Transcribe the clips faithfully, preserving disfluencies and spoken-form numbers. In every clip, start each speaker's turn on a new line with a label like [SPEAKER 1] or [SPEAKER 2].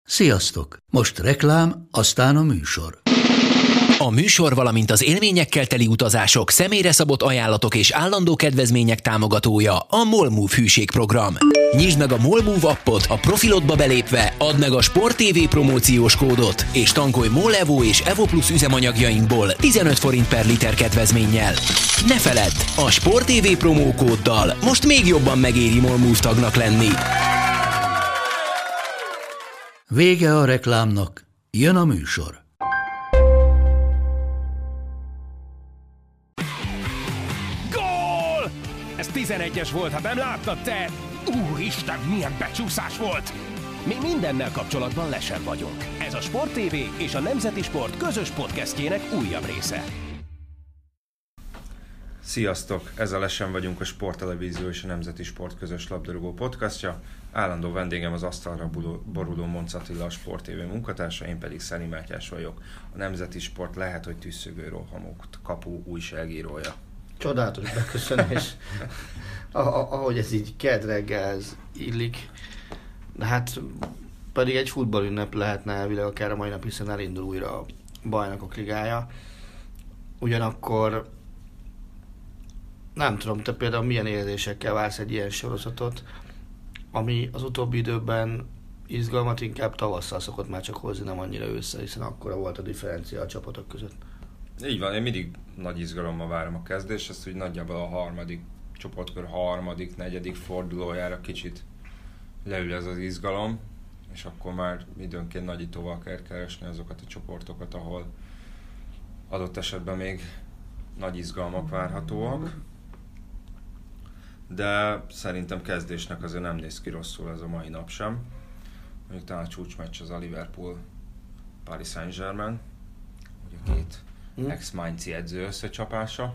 [SPEAKER 1] Sziasztok! Most reklám, aztán a műsor.
[SPEAKER 2] A műsor, valamint az élményekkel teli utazások, személyre szabott ajánlatok és állandó kedvezmények támogatója a MOLMOVE hűségprogram. Nyisd meg a MOLMOVE appot, a profilodba belépve add meg a Sport té vé promóciós kódot, és tankolj MOL Evo és Evo Plus üzemanyagjainkból tizenöt forint per liter kedvezménnyel. Ne feledd, a Sport té vé promókóddal most még jobban megéri MOLMOVE tagnak lenni.
[SPEAKER 1] Vége a reklámnak, jön a műsor.
[SPEAKER 3] Gól! Ez tizenegyes volt, ha nem láttad te! Úristen, milyen becsúszás volt! Mi mindennel kapcsolatban lesen vagyunk. Ez a Sport té vé és a Nemzeti Sport közös podcastjének újabb része.
[SPEAKER 4] Sziasztok! Ez a Lesen vagyunk, a Sporttelevízió és a Nemzeti Sport közös labdarúgó podcastja. Állandó vendégem az asztalra boruló Monc Attila, a Sport té vé munkatársa, én pedig Szeli Mátyás vagyok, a Nemzeti Sport lehet, hogy tüsszögő rohamok kapu újságírója.
[SPEAKER 5] Csodálatos beköszönés. Ahogy ez így kedd reggelhez illik. De hát pedig egy futballünnep lehetne elvileg akár a mai nap, hiszen elindul újra a Bajnokok Ligája. Ugyanakkor nem tudom, te például milyen érzésekkel vársz egy ilyen sorozatot, ami az utóbbi időben izgalmat inkább tavasszal szokott már csak hozni, nem annyira ősszel, hiszen akkora volt a differencia a csapatok között.
[SPEAKER 4] Így van, én mindig nagy izgalommal várom a kezdést, ezt úgy nagyjából a harmadik csoportkör harmadik, negyedik fordulójára kicsit leül ez az izgalom, és akkor már időnként nagyítóval kell keresni azokat a csoportokat, ahol adott esetben még nagy izgalmak várhatóak. De szerintem kezdésnek azért nem néz ki rosszul ez a mai nap sem. Mondjuk talán a csúcsmeccs az a Liverpool Paris Saint-Germain, ugye két mm. ex-Mainzi edző összecsapása.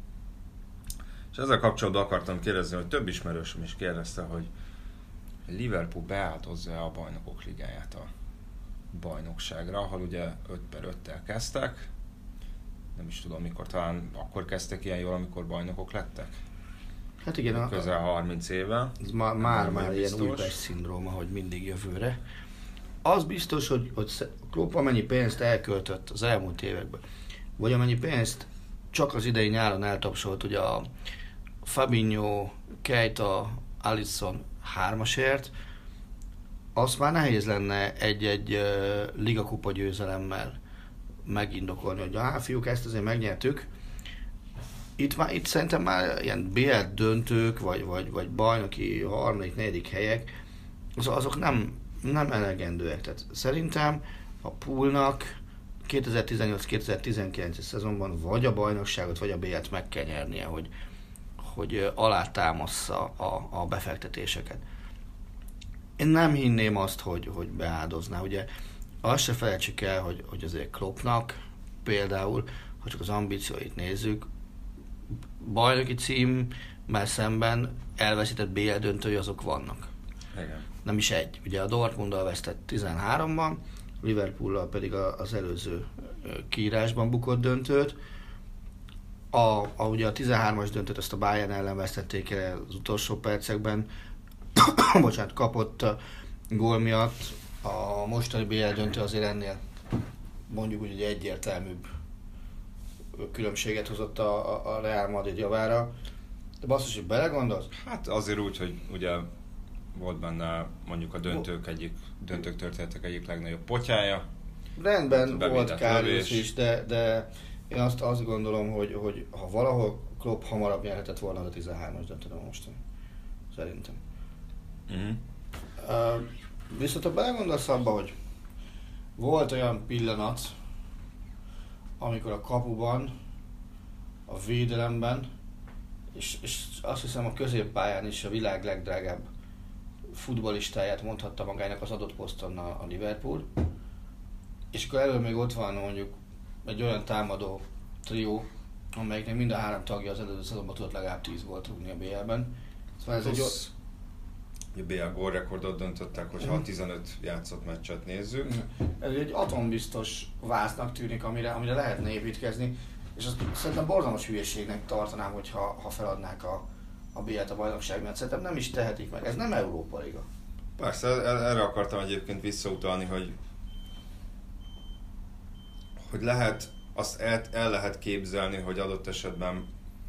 [SPEAKER 4] És ezzel kapcsolatban akartam kérdezni, hogy több ismerősöm is kérdezte, hogy Liverpool beáldozza a Bajnokok Ligáját a bajnokságra, ahol ugye öt per öttel kezdtek. Nem is tudom mikor, talán akkor kezdtek ilyen jól, amikor bajnokok lettek?
[SPEAKER 5] Hát igen, a,
[SPEAKER 4] közel harminc éve.
[SPEAKER 5] Ez ma, már már ilyen Újpest szindróma, hogy mindig jövőre. Az biztos, hogy, hogy a klub amennyi pénzt elköltött az elmúlt években, vagy amennyi pénzt csak az idei nyáron eltapsolt, ugye a Fabinho, Keita, Alisson hármasért, azt már nehéz lenne egy-egy uh, ligakupa győzelemmel megindokolni, hogy hát fiúk, ezt azért megnyertük. Itt, már, itt szerintem már ilyen bé el döntők, vagy, vagy, vagy bajnoki harmadik, negyedik helyek, az, azok nem, nem elegendőek. Tehát szerintem a poolnak kétezer-tizennyolc kétezer-tizenkilences szezonban vagy a bajnokságot, vagy a bé el-t meg kell nyernie, hogy, hogy alátámassza a, a befektetéseket. Én nem hinném azt, hogy, hogy beáldozná. Ugye azt se felejtsük el, hogy, hogy azért Kloppnak például, ha csak az ambícióit nézzük, bajnoki címmel szemben elveszített bé el döntői azok vannak.
[SPEAKER 4] Igen. Nem
[SPEAKER 5] is egy. Ugye a Dortmunddal vesztett tizenháromban, Liverpoollal pedig az előző kiírásban bukott döntőt. A, a, ugye a tizenhármas döntőt azt a Bayern ellen vesztették el az utolsó percekben, bocsánat, kapott gól miatt. A mostani bé el döntő azért ennél mondjuk úgy, hogy egyértelműbb különbséget hozott a, a Real Madrid javára. De basszus, hogy belegondolsz?
[SPEAKER 4] Hát azért úgy, hogy ugye volt benne mondjuk a döntők egyik, döntők történetek egyik legnagyobb potyája.
[SPEAKER 5] Rendben volt Karius is, de, de én azt, azt gondolom, hogy, hogy ha valahol Klopp hamarabb nyerhetett volna a tizenhármas döntőn mostani. Szerintem.
[SPEAKER 4] Uh-huh.
[SPEAKER 5] Uh, viszont ha belegondolsz abba, hogy volt olyan pillanat, amikor a kapuban, a védelemben, és, és azt hiszem a középpályán is a világ legdrágább futballistáját mondhatta magának az adott poszton a, a Liverpool, és akkor elől még ott van mondjuk egy olyan támadó trió, amelyiknek mind a három tagja az előző szezonban tudott legalább tíz volt rúgni a bé el-ben. Szóval ez egy
[SPEAKER 4] a bé el gólrekordot döntöttek, hogyha a tizenöt játszott meccset nézzük.
[SPEAKER 5] Ez egy atombiztos vásznak tűnik, amire, amire lehetne építkezni, és azt szerintem borzalmas hülyeségnek tartanám, hogyha ha feladnák a, a bé el-t a bajnokság, mert szerintem nem is tehetik meg. Ez nem Európa Liga.
[SPEAKER 4] Persze, erre akartam egyébként visszautalni, hogy hogy lehet, azt el, el lehet képzelni, hogy adott esetben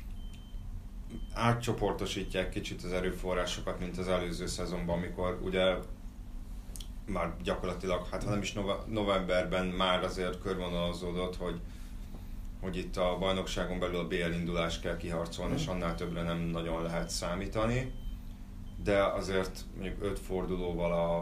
[SPEAKER 4] átcsoportosítják kicsit az erőforrásokat, mint az előző szezonban, amikor ugye már gyakorlatilag, hát ha nem is novemberben már azért körvonalazódott, hogy, hogy itt a bajnokságon belül a bé el indulás kell kiharcolni, mm. és annál többre nem nagyon lehet számítani. De azért mondjuk öt fordulóval a,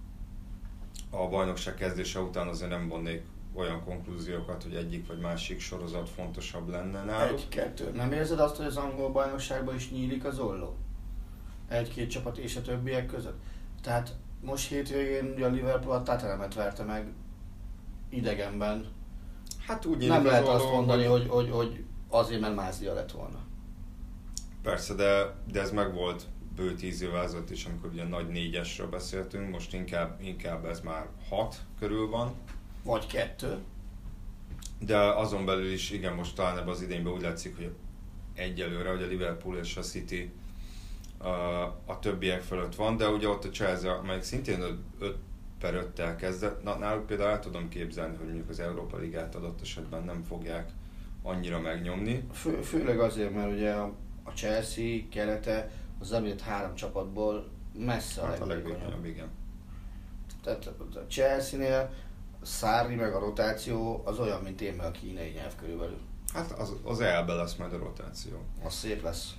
[SPEAKER 4] a bajnokság kezdése után azért nem vonnék olyan konklúziókat, hogy egyik vagy másik sorozat fontosabb lenne náluk.
[SPEAKER 5] Egy-kettő. Nem érzed azt, hogy az angol bajnokságban is nyílik az olló? Egy-két csapat és a többiek között? Tehát most hétvégén ugye a Liverpool a Tottenhamet verte meg idegenben.
[SPEAKER 4] Hát úgy
[SPEAKER 5] nem lehet olló, azt mondani, hogy, hogy, hogy azért, mert Mázlia lett volna.
[SPEAKER 4] Persze, de, de ez meg volt bő tíz évvel ezelőtt is, amikor ugye nagy négyesről beszéltünk, most inkább, inkább ez már hat körül van.
[SPEAKER 5] Vagy kettő.
[SPEAKER 4] De azon belül is, igen, most talán ebben az idényben úgy látszik, hogy egyelőre, hogy a Liverpool és a City a, a többiek fölött van, de ugye ott a Chelsea, amelyik szintén öt per öttel kezdett, na, náluk például el tudom képzelni, hogy mondjuk az Európa Ligát adott esetben nem fogják annyira megnyomni.
[SPEAKER 5] Fő, főleg azért, mert ugye a, a Chelsea kerete az említett három csapatból messze
[SPEAKER 4] hát
[SPEAKER 5] a legvékonyabb.
[SPEAKER 4] igen.
[SPEAKER 5] Tehát a Chelsea-nél a Sarri meg a rotáció az olyan, mint én meg a kínai nyelv körülbelül.
[SPEAKER 4] Hát az, az elbe lesz majd a rotáció.
[SPEAKER 5] Az szép lesz.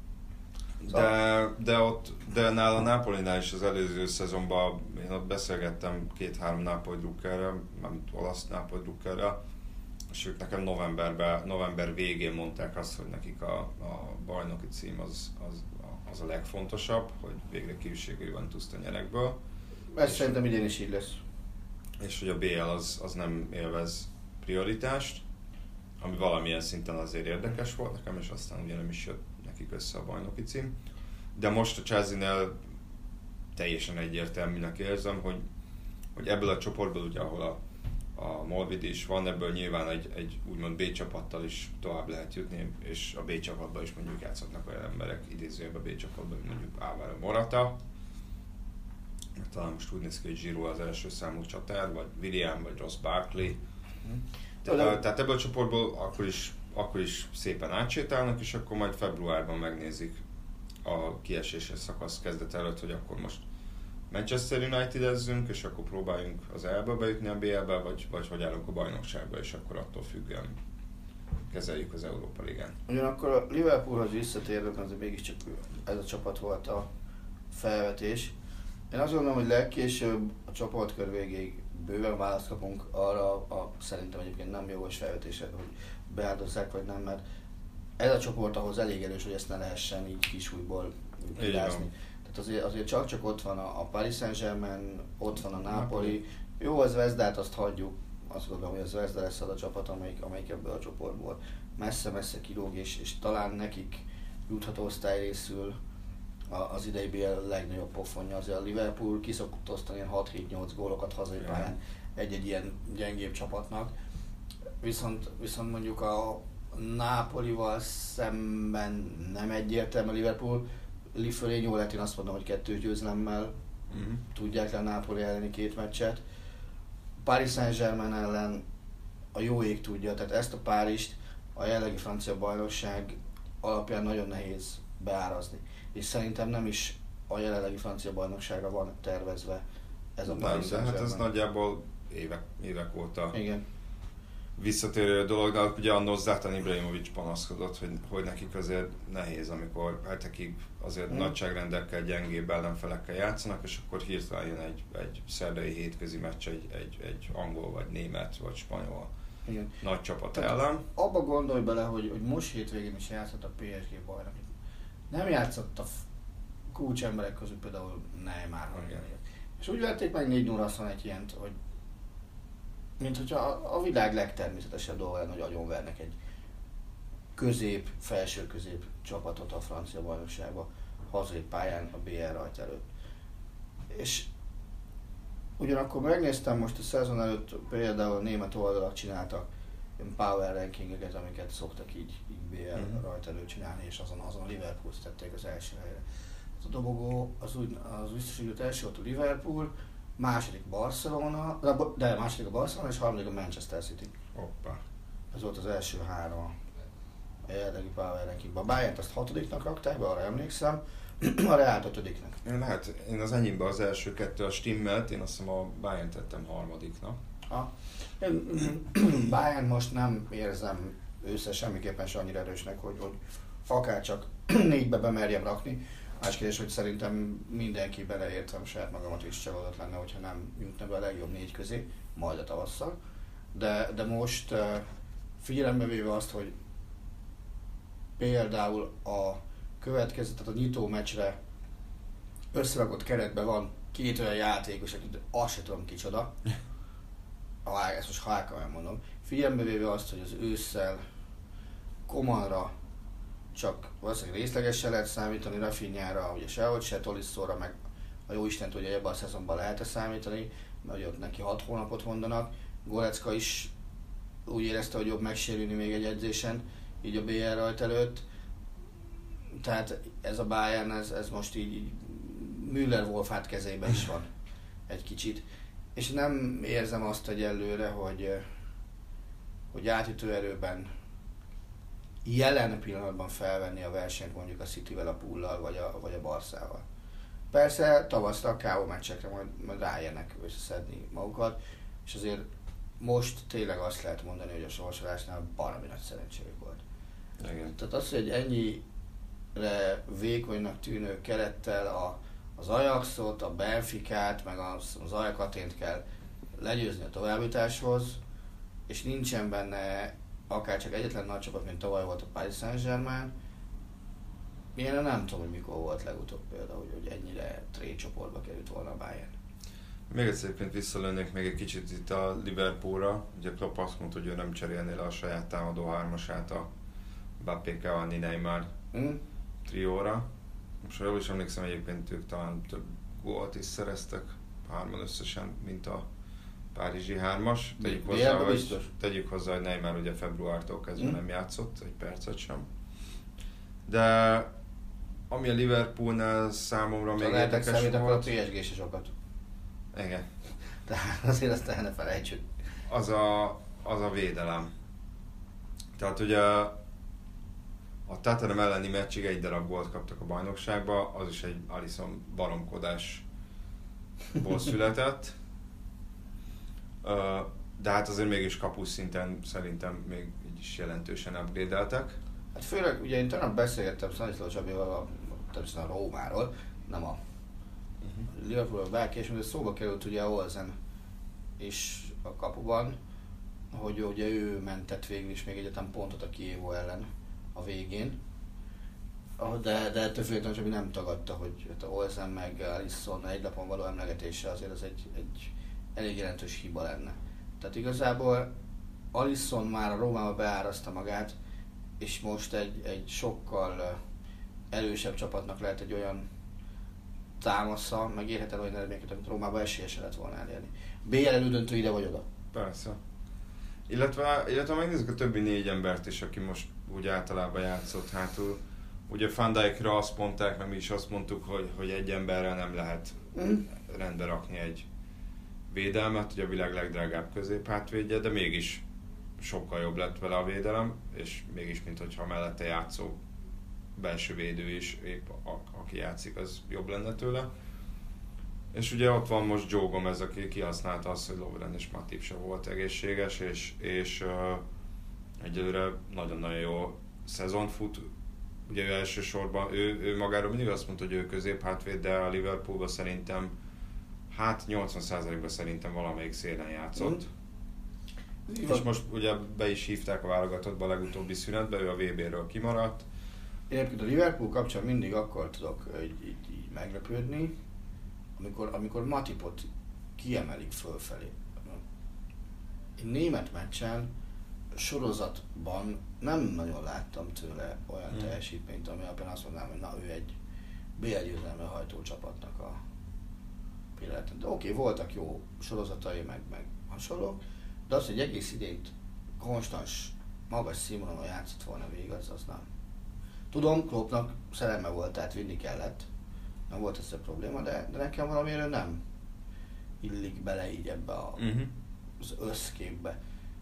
[SPEAKER 4] De, de ott, de nála a Napolinál is az előző szezonban, én ott beszélgettem két-három Napoli drukkerrel, mármint olasz Napoli drukkerrel, és ők nekem novemberben, november végén mondták azt, hogy nekik a, a bajnoki cím az, az, az a legfontosabb, hogy végre kiüssék a Juventus-t a nyerekből.
[SPEAKER 5] Ez szerintem idén is így lesz.
[SPEAKER 4] És hogy a bé el az, az nem élvez prioritást, ami valamilyen szinten azért érdekes volt nekem, és aztán ugye nem is jött nekik össze a bajnoki cím. De most a Chelsea-nél teljesen egyértelműnek érzem, hogy, hogy ebből a csoportból, ugye, ahol a, a Molvid is van, ebből nyilván egy, egy úgymond B csapattal is tovább lehet jutni, és a B csapatban is mondjuk játszhatnak olyan emberek, idézőjelben a B csapatban, mondjuk Álvaro Morata. Talán most úgy néz ki, hogy Giroud az első számú csatár, vagy William, vagy Ross Barkley. Te, tehát ebből a csoportból akkor is, akkor is szépen átsétálnak, és akkor majd februárban megnézik a kieséses szakasz kezdet előtt, hogy akkor most Manchester United-ezzünk, és akkor próbáljunk az E L-be bejutni a bé el-be, vagy, vagy hogy állunk a bajnokságba, és akkor attól függően kezeljük az Európa Ligán.
[SPEAKER 5] Ugyanakkor a Liverpoolhoz visszatérve, azért mégiscsak ez a csapat volt a felvetés. Én azt gondolom, hogy legkésőbb a csoportkör végéig bőven választ kapunk arra a szerintem egyébként nem jogos felvetésre, hogy beáldozzák vagy nem, mert ez a csoport ahhoz elég erős, hogy ezt ne lehessen így kisújból kirázni. Tehát azért, azért csak-csak ott van a, a Paris Saint-Germain, ott van a Napoli. Jó, az Zvezdát azt hagyjuk, azt gondolom, hogy a Zvezda lesz az a csapat, amelyik, amelyik ebből a csoportból messze-messze kilóg, és, és talán nekik jutható osztály részül az idei bé el legnagyobb pofonja. Azért a Liverpool ki szokott osztani ilyen hat-hét-nyolc gólokat hazai pályán egy-egy ilyen gyengébb csapatnak. Viszont, viszont mondjuk a Napolival szemben nem egyértelmű a Liverpool. Fölé jól lehet, én azt mondom, hogy kettős győzelemmel uh-huh. tudják le a Napoli elleni két meccset. Paris Saint-Germain ellen a jó ég tudja, tehát ezt a Párizst a jelenlegi francia bajnokság alapján nagyon nehéz beárazni. És szerintem nem is a jelenlegi francia bajnokságra van tervezve ez a Paris Saint-Germain.
[SPEAKER 4] Hát ez nagyjából évek, évek óta
[SPEAKER 5] igen.
[SPEAKER 4] visszatérő dolog, de ugye annól Zlatan Ibrahimovic panaszkodott, hogy, hogy nekik azért nehéz, amikor hetekig azért mm. nagyságrendekkel, gyengébb ellenfelekkel játszanak, és akkor hirtelen jön egy, egy szerdai hétközi meccs, egy, egy, egy angol, vagy német, vagy spanyol igen. nagy csapat tehát ellen.
[SPEAKER 5] Abba gondolj bele, hogy, hogy most hétvégén is játszott a pé es gé bajnok. Nem játszott a kulcs emberek közül például Neymar. És úgy vették meg négy nulla huszonegy ilyent, hogy mint hogyha a világ legtermészetesebb dolga lenne, hogy agyonvernek egy közép, felső-közép csapatot a francia bajnokságba, hazai pályán a bé el rajt előtt. És ugyanakkor megnéztem most a szezon előtt, például a német oldalak csináltak ilyen power rankingeket, amiket szoktak így, így bé el mm-hmm. rajt előtt csinálni, és azon, azon a Liverpool tették az első helyre. a dobogó az, úgy, az biztos, hogy ott első volt a Liverpool, második Barcelona, de második a Barcelona és harmadik a Manchester City.
[SPEAKER 4] Hoppá.
[SPEAKER 5] Ez volt az első három a jelenlegi Power rankingban. A Bayern-t azt hatodiknak rakták be, arra emlékszem, a Reált ötödiknek.
[SPEAKER 4] Lehet, én az enyémben az első kettő a stimmelt, én azt hiszem a Bayern tettem harmadiknak.
[SPEAKER 5] Ha. Bayern most nem érzem össze semmiképpen se annyira erősnek, hogy, hogy akár csak négybe bemerjem rakni. Más kérdés, hogy szerintem mindenki beleértem saját magamat is csalódott lenne, hogyha nem jutna be a legjobb négy közé, majd a tavasszal. De, de most figyelembe véve azt, hogy például a következő, tehát a nyitó meccsre összerakott keretben van két olyan játékos, akit azt se tudom kicsoda, ha ezt most halkan mondom, figyelembe véve azt, hogy az ősszel Komanra csak valószínűleg részlegesen lehet számítani, Rafinhára, ugye sehogy se, Tolisszóra, meg a jó Isten tudja, hogy ebben a szezonban lehet-e számítani, mert ott neki hat hónapot mondanak. Gorecka is úgy érezte, hogy jobb megsérülni még egy edzésen, így a bé el rajt előtt. Tehát ez a Bayern, ez, ez most így, így Müller-Wolfát kezében is van egy kicsit. És nem érzem azt egyelőre, hogy, hogy átütő erőben jelen pillanatban felvenni a versenyt mondjuk a Cityvel, a Pullal vagy a, vagy a Barszával. Persze tavaszra a ká o meccsekre majd, majd rájönnek összeszedni magukat, és azért most tényleg azt lehet mondani, hogy a sorsolásnál baromi nagy szerencséjük volt.
[SPEAKER 4] Igen.
[SPEAKER 5] Tehát az, hogy ennyire vékonynak tűnő kerettel a, az Ajaxot, a Benficát, meg az, az Ajax Athént kell legyőzni a továbbjutáshoz, és nincsen benne akár csak egyetlen nagy csapat, mint tavaly volt a Paris Saint-Germain. Én nem tudom, hogy mikor volt legutóbb például, hogy, hogy ennyire trade csoportba került volna a Bayern.
[SPEAKER 4] Még egyébként visszalőnék még egy kicsit itt a Liverpoolra. Ugye Klopp azt mondta, hogy ő nem cserélné le a saját támadó hármasát a Mbappé, Cavani, Neymar mm. trióra. Most jól is emlékszem, egyébként ők talán több gólt is szereztek, hárman összesen, mint a párizsi hármas. Tegyük hozzá, hogy, tegyük hozzá, hogy Neymar ugye februártól kezdve mm. nem játszott, egy percet sem. De ami a Liverpoolnál számomra még érdekes volt...
[SPEAKER 5] akkor a pé es gé-s sokat.
[SPEAKER 4] Igen.
[SPEAKER 5] Tehát azért azt el ne felejtsük.
[SPEAKER 4] Az a, az a védelem. Tehát ugye a Tottenham elleni meccsig egy darab gólt kaptak a bajnokságba, az is egy Alisson baromkodásból született. De hát azért mégis kapus szinten szerintem még így is jelentősen upgrade-eltek.
[SPEAKER 5] Hát főleg, ugye én tegnap beszélgettem Szaniszló Csabival a, a Rómáról, nem a uh-huh. Liverpoolról bárki, és szóba került ugye Olsen is a kapuban, hogy ugye ő mentett végül is még egyetem pontot a Kievo ellen a végén. De, de ettől függetlenül Csabi nem tagadta, hogy a Olsen meg Alisson egy lapon való emlegetése azért az egy, egy elég jelentős hiba lenne. Tehát igazából Alisson már a Rómába beárazta magát, és most egy, egy sokkal erősebb csapatnak lehet egy olyan támasza, meg érhet olyan eredményeket, amit Rómában esélyesen lett volna elérni. bé el elődöntő ide vagy oda.
[SPEAKER 4] Persze. Illetve, illetve megnézzük a többi négy embert is, aki most úgy általában játszott hátul. Ugye Van Dijkra azt mondták, meg mi is azt mondtuk, hogy, hogy egy emberrel nem lehet mm. rendbe rakni egy védelmet, ugye a világ legdrágább középhátvédje, de mégis sokkal jobb lett vele a védelem, és mégis, mintha mellette játszó belső védő is, épp a, aki játszik, az jobb lenne tőle. És ugye ott van most Joe Gomez, aki kihasználta azt, hogy Lovren és Matip se volt egészséges, és, és uh, egyelőre nagyon-nagyon jó szezon fut. Ugye ő elsősorban, ő, ő magáról mindig azt mondta, hogy ő középhátvéd, de a Liverpoolban szerintem hát nyolcvan százalékban szerintem valamelyik szélen játszott. Mm. És most ugye be is hívták a válogatottba a legutóbbi szünetbe, ő a vé béről kimaradt.
[SPEAKER 5] Én a Liverpool kapcsán mindig akkor tudok így, így, így meglepődni, amikor, amikor Matipot kiemelik fölfelé. Én német meccsen sorozatban nem nagyon láttam tőle olyan hmm. teljesítményt, ami alapján azt mondanám, hogy na, ő egy bé el győzelme hajtó csapatnak a pillanatban. De oké, okay, voltak jó sorozatai, meg, meg hasonlók, de az, hogy egész idényt konstans, magas színvonalon játszott volna végig, az, az nem. Tudom, Kloppnak szerelme volt, tehát vinni kellett, nem volt ez a probléma, de, de nekem valamiért nem illik bele így ebbe a, uh-huh. az összképbe.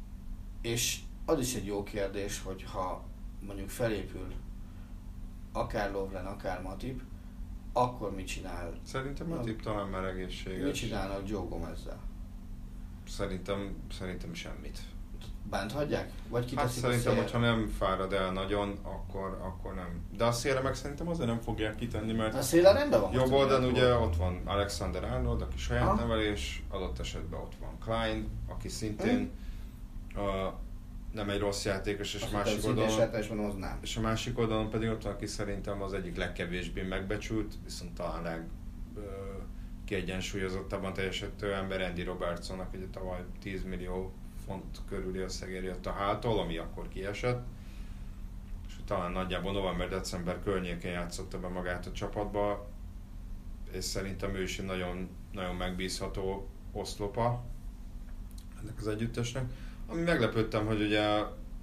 [SPEAKER 5] És az is egy jó kérdés, hogy ha mondjuk felépül akár Lovren, akár Matip, akkor mit csinál?
[SPEAKER 4] Szerintem Matip talán már egészséges.
[SPEAKER 5] Mit csinálnak Joe Gomezzel?
[SPEAKER 4] Szerintem, szerintem semmit.
[SPEAKER 5] Bánt hagyják? Vagy kiteszik
[SPEAKER 4] hát szerintem,
[SPEAKER 5] a
[SPEAKER 4] hogyha nem fárad el nagyon, akkor, akkor nem. De a szélre meg szerintem azért nem fogják kitenni, mert
[SPEAKER 5] a szélen rendben van.
[SPEAKER 4] jobb oldalon ugye ott van Alexander Arnold, aki saját ha? nevelés, adott esetben ott van Klein, aki szintén hmm. uh, nem egy rossz játékos, és, másik oldalon,
[SPEAKER 5] nem.
[SPEAKER 4] és a másik oldalon pedig ott van, aki szerintem az egyik legkevésbé megbecsült, viszont talán leg uh, kiegyensúlyozottabban teljesítő ember Andy Robertson, aki ugye tavaly tíz millió font körüli összegért jött a hától, ami akkor kiesett, és talán nagyjából november-december környékén játszotta be magát a csapatba, és szerintem ő is egy nagyon, nagyon megbízható oszlopa ennek az együttesnek. Ami meglepődtem, hogy ugye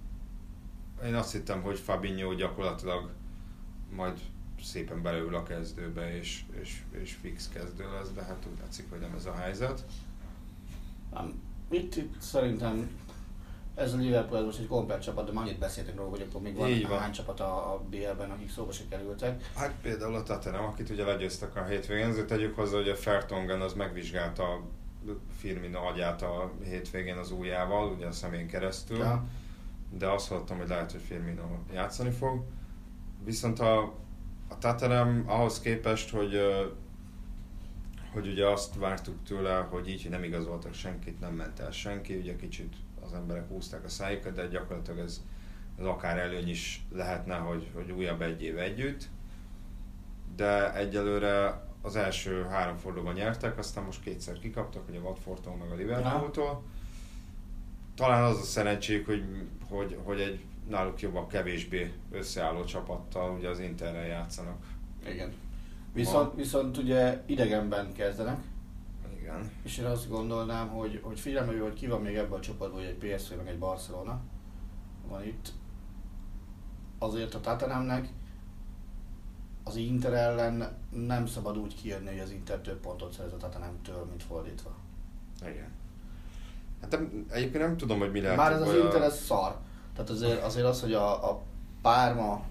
[SPEAKER 4] én azt hittem, hogy Fabinho gyakorlatilag majd szépen beleül a kezdőbe, és, és, és fix kezdő lesz, de hát úgy látszik, hogy nem ez a helyzet.
[SPEAKER 5] Nem. Itt, itt szerintem ez a Liverpool ez most egy komplet csapat, de annyit beszéltek róla, hogy akkor még van, van. hány csapat a, a bé el-ben, akik szóba se kerültek.
[SPEAKER 4] Hát például a Tottenham, akit ugye legyőztek a hétvégén, ezért tegyük hozzá, hogy a Fertongen az megvizsgálta Firmino agyát a hétvégén az ujjával, ugye a szemén keresztül, ja. De azt hallottam, hogy lehet, hogy Firmino játszani fog. Viszont a, a Tottenham ahhoz képest, hogy hogy ugye azt vártuk tőle, hogy így, hogy nem igazoltak senkit, nem ment el senki, ugye kicsit az emberek húzták a szájukat, de gyakorlatilag ez, ez akár előny is lehetne, hogy, hogy újabb egy év együtt. De egyelőre az első három fordulóban nyertek, aztán most kétszer kikaptak, ugye a Watfordtól meg a Liverpooltól. Talán az a szerencséjük, hogy, hogy, hogy egy náluk jobb, kevésbé összeálló csapattal, ugye az Interrel játszanak.
[SPEAKER 5] Igen. Viszont, viszont ugye idegenben kezdenek.
[SPEAKER 4] Igen.
[SPEAKER 5] És én azt gondolnám, hogy, hogy figyelme, hogy ki van még ebben a csapatban, hogy egy pé es vé meg egy Barcelona van itt. Azért a Tottenhamnek az Inter ellen nem szabad úgy kijönni, hogy az Inter több pontot szerez a Tottenhamtől, mint fordítva.
[SPEAKER 4] Igen. Hát egyébként nem tudom, hogy mi lehet.
[SPEAKER 5] Már ez az Inter ez szar. Tehát azért, azért az, hogy a, a Parma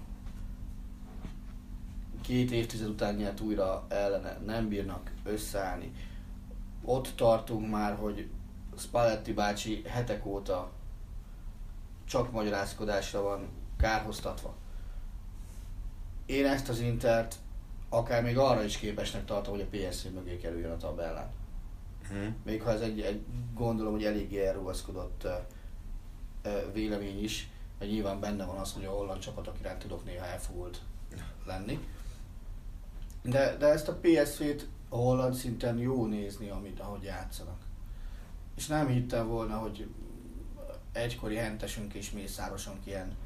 [SPEAKER 5] két évtized után nyert újra ellene, nem bírnak összeállni. Ott tartunk már, hogy Spalletti bácsi hetek óta csak magyarázkodásra van kárhoztatva. Én ezt az Intert akár még arra is képesnek tartom, hogy a pé es vé mögé kerüljön a tabellán. Hmm. Még ha ez egy, egy gondolom, hogy eléggé elrugaszkodott uh, uh, vélemény is, mert nyilván benne van az, hogy a holland csapatok iránt tudok néha elfogult lenni. De, de ezt a pé es vét a holland szinten jó nézni, amit, ahogy játszanak. És nem hittem volna, hogy egykori hentesünk és Mészárosunk ilyen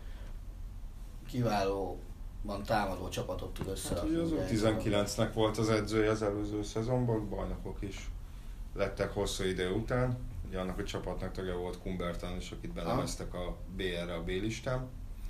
[SPEAKER 5] kiválóan támadó csapatot tud összerakni.
[SPEAKER 4] Hát, ugye az U tizenkilencnek volt az edzője az előző szezonban, bajnokok is lettek hosszú idő után. Ugye annak a csapatnak tagja volt Kumbertan is, akit beneveztek a bé er-re a B-listán.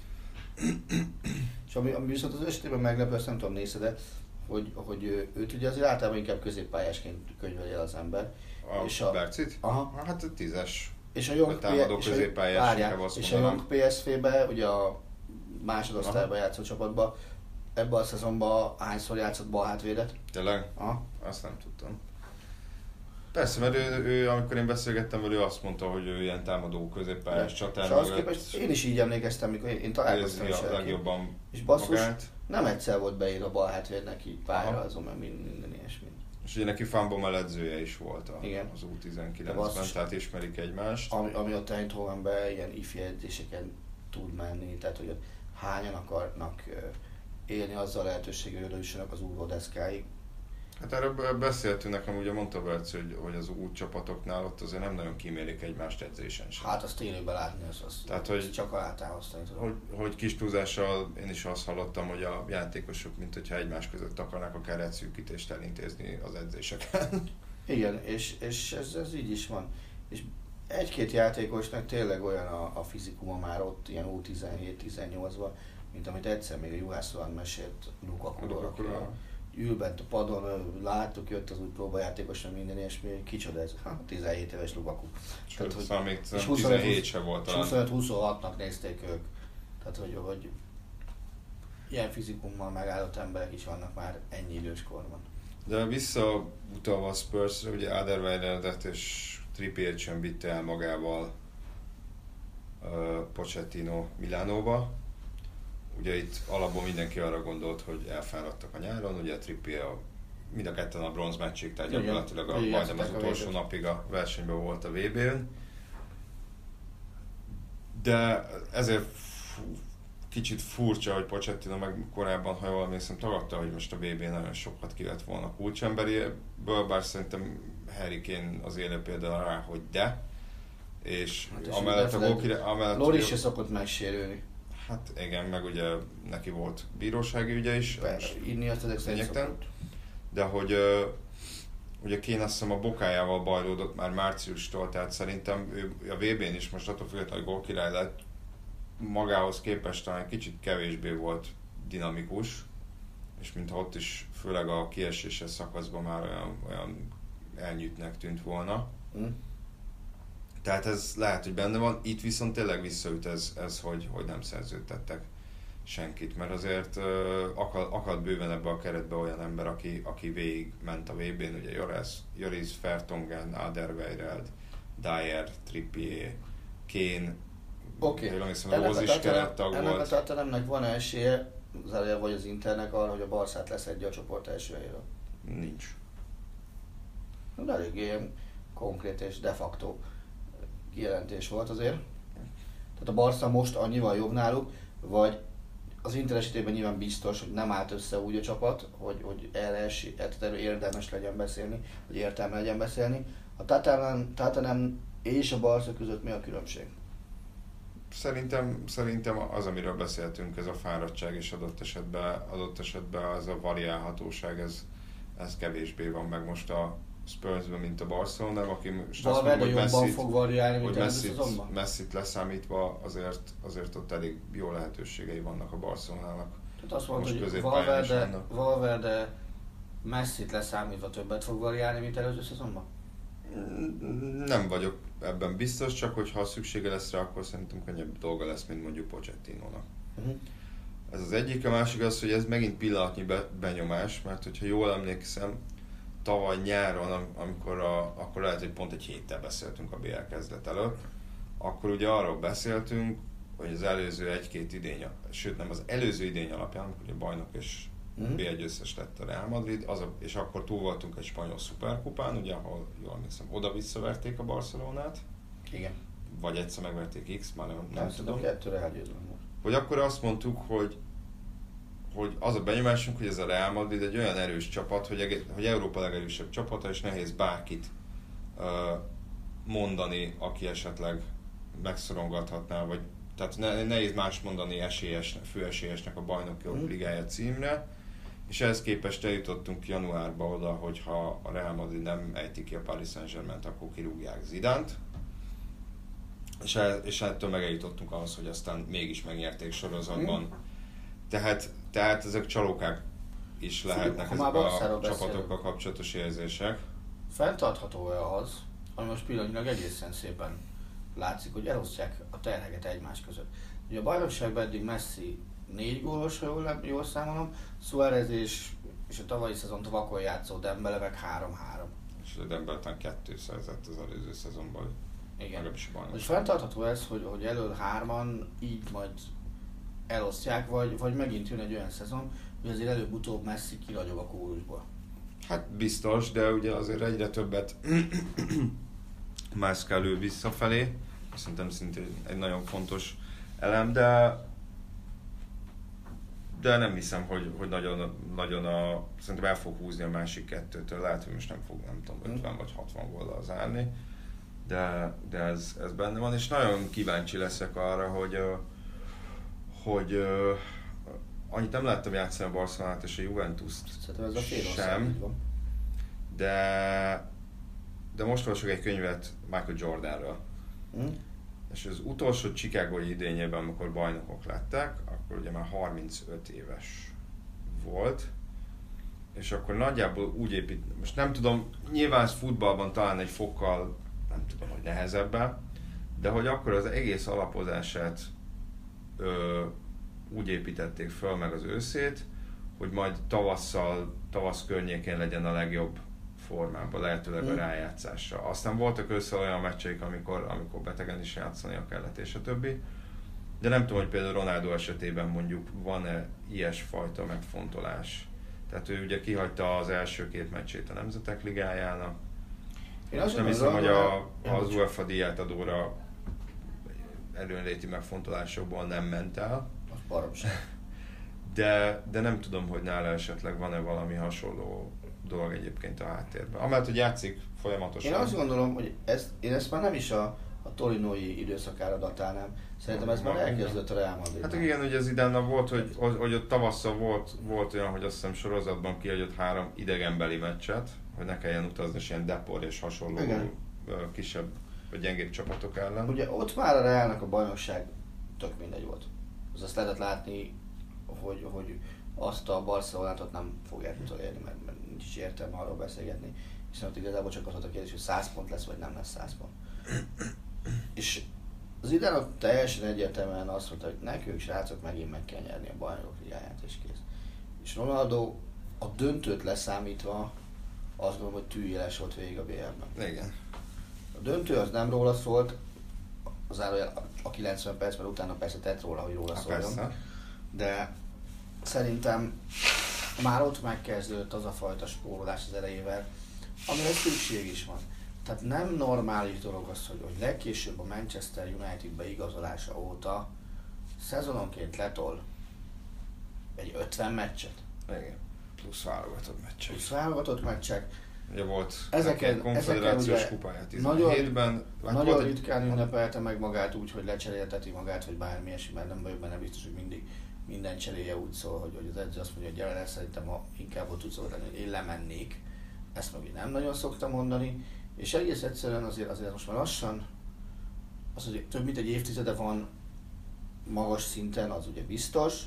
[SPEAKER 5] És ami, ami viszont az esetében meglepő, azt nem tudom nézni, de hogy, hogy ő, őt ugye azért általában inkább középpályásként könyveli el az ember.
[SPEAKER 4] A
[SPEAKER 5] és a
[SPEAKER 4] Bercit?
[SPEAKER 5] Aha.
[SPEAKER 4] Hát a tízes.
[SPEAKER 5] És a Young
[SPEAKER 4] támadó középpályás, inkább azt
[SPEAKER 5] és a Young pé es vé-be, ugye a másodosztályban játszó csapatban, ebben a szezonban hányszor játszott balhátvédet?
[SPEAKER 4] Tényleg?
[SPEAKER 5] Aha.
[SPEAKER 4] Azt nem tudtam. Persze, mert ő, ő, amikor én beszélgettem vele, ő azt mondta, hogy ő ilyen támadó középpályás csatár.
[SPEAKER 5] És ahhoz képest én is így emlékeztem, mikor én találkoztam is
[SPEAKER 4] a legjobban
[SPEAKER 5] és basszus,
[SPEAKER 4] magát.
[SPEAKER 5] Nem egyszer volt beír a balhátvédnek így pályára, azon meg minden, minden ilyesmi.
[SPEAKER 4] És ugye neki Fanbomel edzője is volt a,
[SPEAKER 5] igen.
[SPEAKER 4] az U tizenkilencben, tehát ismerik egymást.
[SPEAKER 5] Ami, ami ott Eindhovenben ilyen ifi edzéseken tud menni, tehát hogy ott hányan akarnak élni azzal a lehetőséggel, hogy odaüssenek az úródeszkáig.
[SPEAKER 4] Hát erről beszéltünk, nekem ugye mondta Berci, hogy, hogy az út csapatoknál ott azért nem nagyon kímélik egymást edzésen sem.
[SPEAKER 5] Hát azt élőben látni, az, az,
[SPEAKER 4] Tehát,
[SPEAKER 5] az
[SPEAKER 4] hogy,
[SPEAKER 5] csak alátámasztani tudom.
[SPEAKER 4] Hogy, hogy kis túlzással én is azt hallottam, hogy a játékosok, mint hogyha egymás között akarnak a keretszűkítést elintézni az edzéseken.
[SPEAKER 5] Igen, és, és ez, ez így is van. És egy-két játékosnak tényleg olyan a, a fizikuma már ott, ilyen U tizenhét tizennyolcban, mint amit egyszer még a Juhász Roland mesélt Lukakuról, aki a ül bent a padon, láttuk, jött az új próbajátékos, minden ilyesmi, kicsoda ez, ha, tizenhét éves Lukaku.
[SPEAKER 4] Tehát, hogy még tizenhét se volt talán.
[SPEAKER 5] huszonöt huszonhatnak nézték ők. Tehát, hogy, hogy ilyen fizikummal megállott emberek is vannak már ennyi idős korban.
[SPEAKER 4] De visszautalva a Spursre, ugye Alderweireldet és Trippiert sem vitte el magával uh, Pochettino Milánóba. Ugye itt alapból mindenki arra gondolt, hogy elfáradtak a nyáron, ugye Trippier mind a ketten a bronz meccsig, tehát gyakorlatilag a, majdnem az utolsó napig a versenyben volt a vé bén. De ezért kicsit furcsa, hogy Pochettino meg korábban, ha jól emlékszem, tagadta, hogy most a vé bén nagyon sokat ki lett volna kulcsemberéből, bár szerintem Harry Kane az élő például rá, hogy de. És, hát és amellett a gólkire...
[SPEAKER 5] Loris se szokott megsérülni.
[SPEAKER 4] Hát igen, meg ugye neki volt bírósági ügye is.
[SPEAKER 5] Persze, inni azt ezek szerint szokott.
[SPEAKER 4] De hogy uh, ugye Kane azt hiszem a bokájával bajlódott már márciustól, tehát szerintem ő a vé bén is most attól függetlenül, hogy gólkirály lett, magához képest talán kicsit kevésbé volt dinamikus, és mintha ott is főleg a kieséses szakaszban már olyan, olyan elnyűtnek tűnt volna. Mm. Tehát ez lehet, hogy benne van, itt viszont tényleg visszaüt ez, ez hogy, hogy nem szerződtettek senkit, mert azért uh, akad, akad bőven ebbe a keretbe olyan ember, aki, aki végig ment a vé bén, ugye Joris, Joris Vertonghen, Alderweireld, Dyer, Trippier, Kane,
[SPEAKER 5] Oké,
[SPEAKER 4] okay. Ennek
[SPEAKER 5] a Tottenhamnek van esélye, az elejé vagy az Internek arra, hogy a Barszát leszedje a csoport első helyéről?
[SPEAKER 4] Nincs.
[SPEAKER 5] De eléggé konkrét és de facto kijelentés volt azért. Tehát a Barca most annyival jobb náluk, vagy az Inter esetében nyilván biztos, hogy nem állt össze úgy a csapat, hogy, hogy erre, esi, erre érdemes legyen beszélni, vagy értelme legyen beszélni. A Tottenham és a Barca között mi a különbség?
[SPEAKER 4] Szerintem, szerintem az, amiről beszéltünk, ez a fáradtság, és adott esetben, adott esetben az a variálhatóság, ez, ez kevésbé van meg most a Spursben, mint a Barcelona, aki most azt mondja, hogy Messit,
[SPEAKER 5] fog variálni,
[SPEAKER 4] hogy Messit, Messit leszámítva, azért, azért ott elég jó lehetőségei vannak a Barcelonának.
[SPEAKER 5] Tehát azt mondod, hogy Valverde, Valverde Messit leszámítva többet fog variálni, mint előző szezonban?
[SPEAKER 4] Nem vagyok ebben biztos, csak hogyha szüksége lesz rá, akkor szerintem könnyebb dolga lesz, mint mondjuk Pochettinónak. Uh-huh. Ez az egyik, a másik az, hogy ez megint pillanatnyi be, benyomás, mert hogyha jól emlékszem, tavaly nyáron, amikor a, akkor lehet, hogy pont egy héttel beszéltünk a bé el kezdet előtt, akkor ugye arról beszéltünk, hogy az előző egy-két idény, sőt nem az előző idény alapján, amikor ugye bajnok és mm. bé egy győztes lett a Real Madrid, az a, és akkor túl voltunk egy spanyol szuperkupán, ugye, ahol jól emlékszem, oda-visszaverték a Barcelonát.
[SPEAKER 5] Igen.
[SPEAKER 4] Vagy egyszer megverték X, már nem, nem,
[SPEAKER 5] nem
[SPEAKER 4] tudom.
[SPEAKER 5] Kettőre elgyőzően volt.
[SPEAKER 4] Hogy akkor azt mondtuk, hogy hogy az a benyomásunk, hogy ez a Real Madrid egy olyan erős csapat, hogy, hogy Európa legerősebb csapata, és nehéz bárkit uh, mondani, aki esetleg megszorongathatná, vagy tehát ne, nehéz más mondani esélyes, főesélyesnek a bajnoki mm. ligája címre, és ehhez képest eljutottunk januárba oda, hogyha a Real Madrid nem ejti ki a Paris Saint-Germaint, akkor kirúgják Zidánt, és, el, és ettől meg eljutottunk ahhoz, hogy aztán mégis megnyerték sorozatban. Mm. Tehát, tehát ezek csalókák is lehetnek, ezek a csapatokkal kapcsolatos érzések.
[SPEAKER 5] Fenntartható-e az, ami most pillanatnyilag egészen szépen látszik, hogy elosztják a terheket egymás között. Ugye a bajnokságban eddig Messi négy gólos, ha jól, jól számolom, Suárez és, és a tavalyi szezont vakon játszó Dembele meg három-három.
[SPEAKER 4] És a Dembele talán kettő szerzett az előző szezonban.
[SPEAKER 5] Igen. És fenntartható ez, hogy, hogy elől hárman így majd elosztják, vagy, vagy megint jön egy olyan szezon, hogy azért előbb-utóbb Messi kiragyog a kórusból.
[SPEAKER 4] Hát biztos, de ugye azért egyre többet mászkál ő visszafelé. Szerintem szintén egy nagyon fontos elem, de de nem hiszem, hogy, hogy nagyon, nagyon a, szerintem el fog húzni a másik kettőtől. Lehet, hogy most nem fog, nem tudom, ötven vagy hatvan góllal zárni, de, de ez, ez benne van, és nagyon kíváncsi leszek arra, hogy hogy uh, annyit nem láttam játszani a Barcelonát és a Juventust sem, de, de most olvasok egy könyvet Michael Jordanről. Mm. És az utolsó Chicagói idényében, amikor bajnokok lettek, akkor ugye már harmincöt éves volt, és akkor nagyjából úgy épít, most nem tudom, nyilván futballban talán egy fokkal, nem tudom, hogy nehezebben, de hogy akkor az egész alapozását ö, úgy építették föl meg az őszét, hogy majd tavasszal, tavasz környékén legyen a legjobb formában, lehetőleg a rájátszásra. Aztán voltak össze olyan meccseik, amikor, amikor betegen is játszania kellett, és a többi. De nem tudom, hogy például Ronaldo esetében mondjuk van-e ilyesfajta megfontolás. Tehát ő ugye kihagyta az első két meccsét a Nemzetek Ligájának. Én azt nem hiszem, hogy a, az UEFA díját adóra előnléti megfontolásokból nem ment el.
[SPEAKER 5] Az baromság.
[SPEAKER 4] De, de nem tudom, hogy nála esetleg van-e valami hasonló dolog egyébként a háttérben. Amellett, hogy játszik folyamatosan.
[SPEAKER 5] Én azt gondolom, hogy ezt, én ezt már nem is a, a torinói időszakára datálnám. Szerintem ez már elkezdett a Real Madrid.
[SPEAKER 4] Hát igen, ugye az idén volt, hogy, hogy ott tavasszal volt, volt olyan, hogy azt hiszem sorozatban kihagyott három idegenbeli meccset, hogy ne kelljen utazni, és ilyen Depor és hasonló igen. kisebb vagy gyengébb csapatok ellen.
[SPEAKER 5] Ugye ott már a Realnak a bajnokság tök mindegy volt. Az azt lehetett látni, hogy, hogy azt a Barcelonátot nem fogják utolérni, mert, mert nincs is értelme arról beszélgetni, hiszen ott igazából csak az volt a kérdés, hogy száz pont lesz, vagy nem lesz száz pont. És az idén ott teljesen egyértelműen azt mondta, hogy nekünk srácok megint meg kell nyerni a Bajnokok Ligáját, és kész. És Ronaldo a döntőt leszámítva azt gondolom, hogy tűéles volt végig a bé el-ben.
[SPEAKER 4] Igen.
[SPEAKER 5] A döntő az nem róla szólt, az a kilencven perc, mert utána persze tett róla, hogy róla szóljon. Persze. De szerintem már ott megkezdődött az a fajta spórolás az elejével, amire szükség is van. Tehát nem normális dolog az, hogy, hogy legkésőbb a Manchester United beigazolása óta szezononként letol egy ötven meccset.
[SPEAKER 4] Igen, plusz válogatott meccsek.
[SPEAKER 5] Plusz válogatott meccsek.
[SPEAKER 4] Ugye volt
[SPEAKER 5] ezeken,
[SPEAKER 4] konfederációs kupája tizenhétben.
[SPEAKER 5] Nagyon, nagyon ritkán ünnepelte meg magát úgy, hogy lecserélteti magát, vagy bármi ilyesmi, mert nem vagyok benne biztos, hogy mindig minden cseréje úgy szól, hogy, hogy az edző azt mondja, hogy gyere le, szerintem ha inkább ott úgy szól, hogy én lemennék. Ezt meg én nem nagyon szoktam mondani. És egész egyszerűen azért, azért most már lassan, az, hogy több mint egy évtizede van magas szinten, az ugye biztos.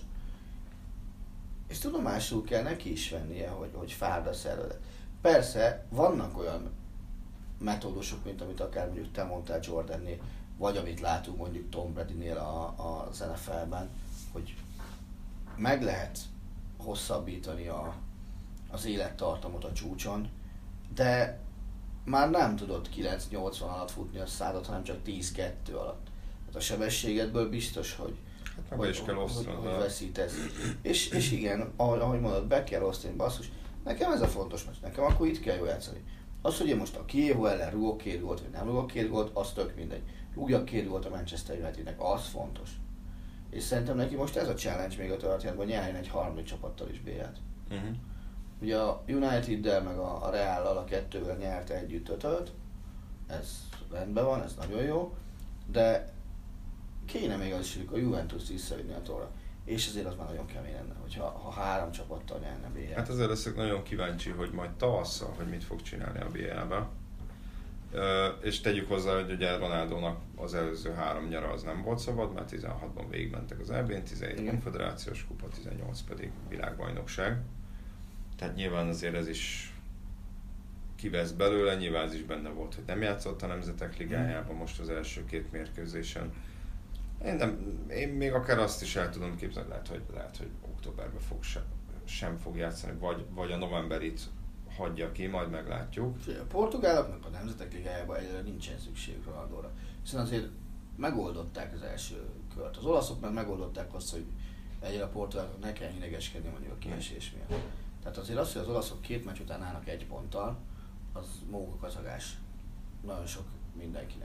[SPEAKER 5] És tudomásul kell neki is vennie, hogy, hogy fárd szervezet. Persze, vannak olyan metódusok, mint amit akár mondjuk te mondtál Jordannél, vagy amit látunk mondjuk Tom Bradynél a, az en ef el-ben, hogy meg lehet hosszabbítani a, az élettartamot a csúcson, de már nem tudod kilenc nyolcvan alatt futni a százat, hanem csak tíz kettő alatt. Hát a sebességedből biztos, hogy,
[SPEAKER 4] hát
[SPEAKER 5] hogy,
[SPEAKER 4] is kell
[SPEAKER 5] hogy, hogy veszítesz. És, és igen, ahogy, ahogy mondod, be kell osztani, basszus. Nekem ez a fontos meccs, nekem akkor itt kell jól játszani. Az, hogy én most a Kiev ellen rúgok két gólt, vagy nem rúgok két gólt, az tök mindegy. Rúgjak két gólt a Manchester Unitednek, az fontos. És szerintem neki most ez a challenge még a történetben, hogy nyerjen egy harmadik csapattal is bé el-t. Uh-huh. Ugye a United-del meg a Real-al a kettővel nyerte együtt ötöt, ez rendben van, ez nagyon jó, de kéne még az is, hogy a Juventus visszavinni a tóra. És azért az már nagyon kemény lenne, hogyha ha három csapattal nyerne bé el.
[SPEAKER 4] Hát azért leszek nagyon kíváncsi, hogy majd tavasszal, hogy mit fog csinálni a bé el-be. Ö, és tegyük hozzá, hogy ugye Ronaldónak az előző három nyara az nem volt szabad, mert tizenhatban végigmentek az é bén, tizenhét konfederációs kupa, tizennyolc pedig világbajnokság. Tehát nyilván azért ez is kivesz belőle, nyilván ez is benne volt, hogy nem játszott a Nemzetek Ligájában most az első két mérkőzésen. Én, nem, én még akár azt is el tudom képzelni, lehet, hogy, lehet, hogy októberben fog sem, sem fog játszani, vagy, vagy a novemberit hagyja ki, majd meglátjuk.
[SPEAKER 5] A portugáloknak a Nemzetek Ligájában egyre nincsen szükségük Ronaldóra, hiszen azért megoldották az első kört. Az olaszok meg megoldották azt, hogy egyre a portugálok ne kell idegeskedni mondjuk a kiesés miatt. Tehát azért az, hogy az olaszok két meccs után állnak egy ponttal, az mókakazagás nagyon sok mindenkinek.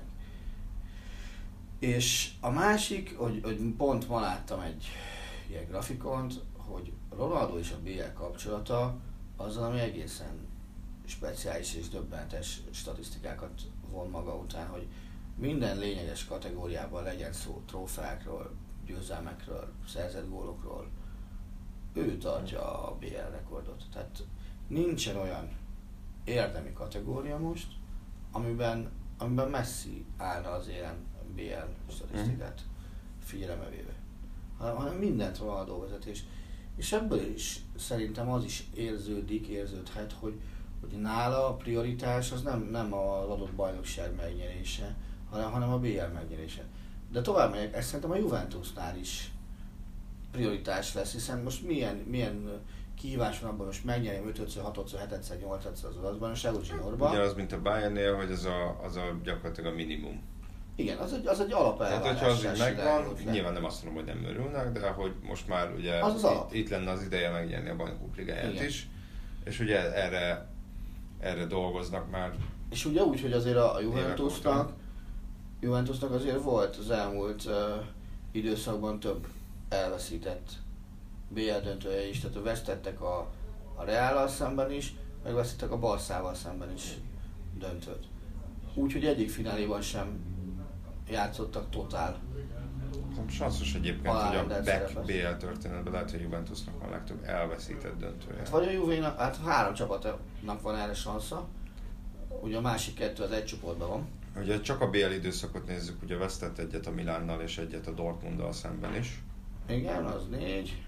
[SPEAKER 5] És a másik, hogy, hogy pont ma láttam egy ilyen grafikont, hogy Ronaldo és a bé el kapcsolata az, ami egészen speciális és döbbenetes statisztikákat von maga után, hogy minden lényeges kategóriában legyen szó trófeákról, győzelmekről, szerzett gólokról, ő tartja a bé el rekordot. Tehát nincsen olyan érdemi kategória most, amiben, amiben Messi állna az élen bé el statisztikát figyelembe véve. Hanem mindent Ronaldo vezet, és, És ebből is szerintem az is érződik, érződhet, hogy, hogy nála a prioritás az nem, nem az adott bajnokság megnyerése, hanem, hanem a bé el megnyerése. De tovább megyek, ez szerintem a Juventusnál is prioritás lesz, hiszen most milyen, milyen kihívás van abban, most megnyerjem ötödször, hatodször, hetedször, nyolcadször az adatbajnokságot zsinórban.
[SPEAKER 4] Ugyanaz, mint a Bayernnél, hogy az a, az a gyakorlatilag a minimum.
[SPEAKER 5] Igen, az egy, az egy alapelvárás.
[SPEAKER 4] Tehát, hogyha az így megvan, nyilván nem azt mondom, hogy nem örülnek, de hogy most már ugye
[SPEAKER 5] az az
[SPEAKER 4] itt, itt lenne az ideje megnyerni a Bajnokok Ligáját is, és ugye erre, erre dolgoznak már.
[SPEAKER 5] És ugye úgy, hogy azért a Juventusnak, Juventusnak azért volt az elmúlt uh, időszakban több elveszített bé el döntője is, tehát vesztettek a, a Reállal szemben is, meg vesztettek a Barszával szemben is döntőt. Úgyhogy egyik fináléban sem játszottak totál.
[SPEAKER 4] Sanszos egyébként, hogy a back bé el történetben lehet, hogy Juventusnak van a legtöbb elveszített döntője.
[SPEAKER 5] Hát vagy a Juvénak, hát három csapatnak van erre sansza, ugye a másik kettő az egy csoportban van.
[SPEAKER 4] Ugye csak a bé el időszakot nézzük, ugye vesztett egyet a Milánnal és egyet a Dortmunddal szemben is.
[SPEAKER 5] Igen, az négy.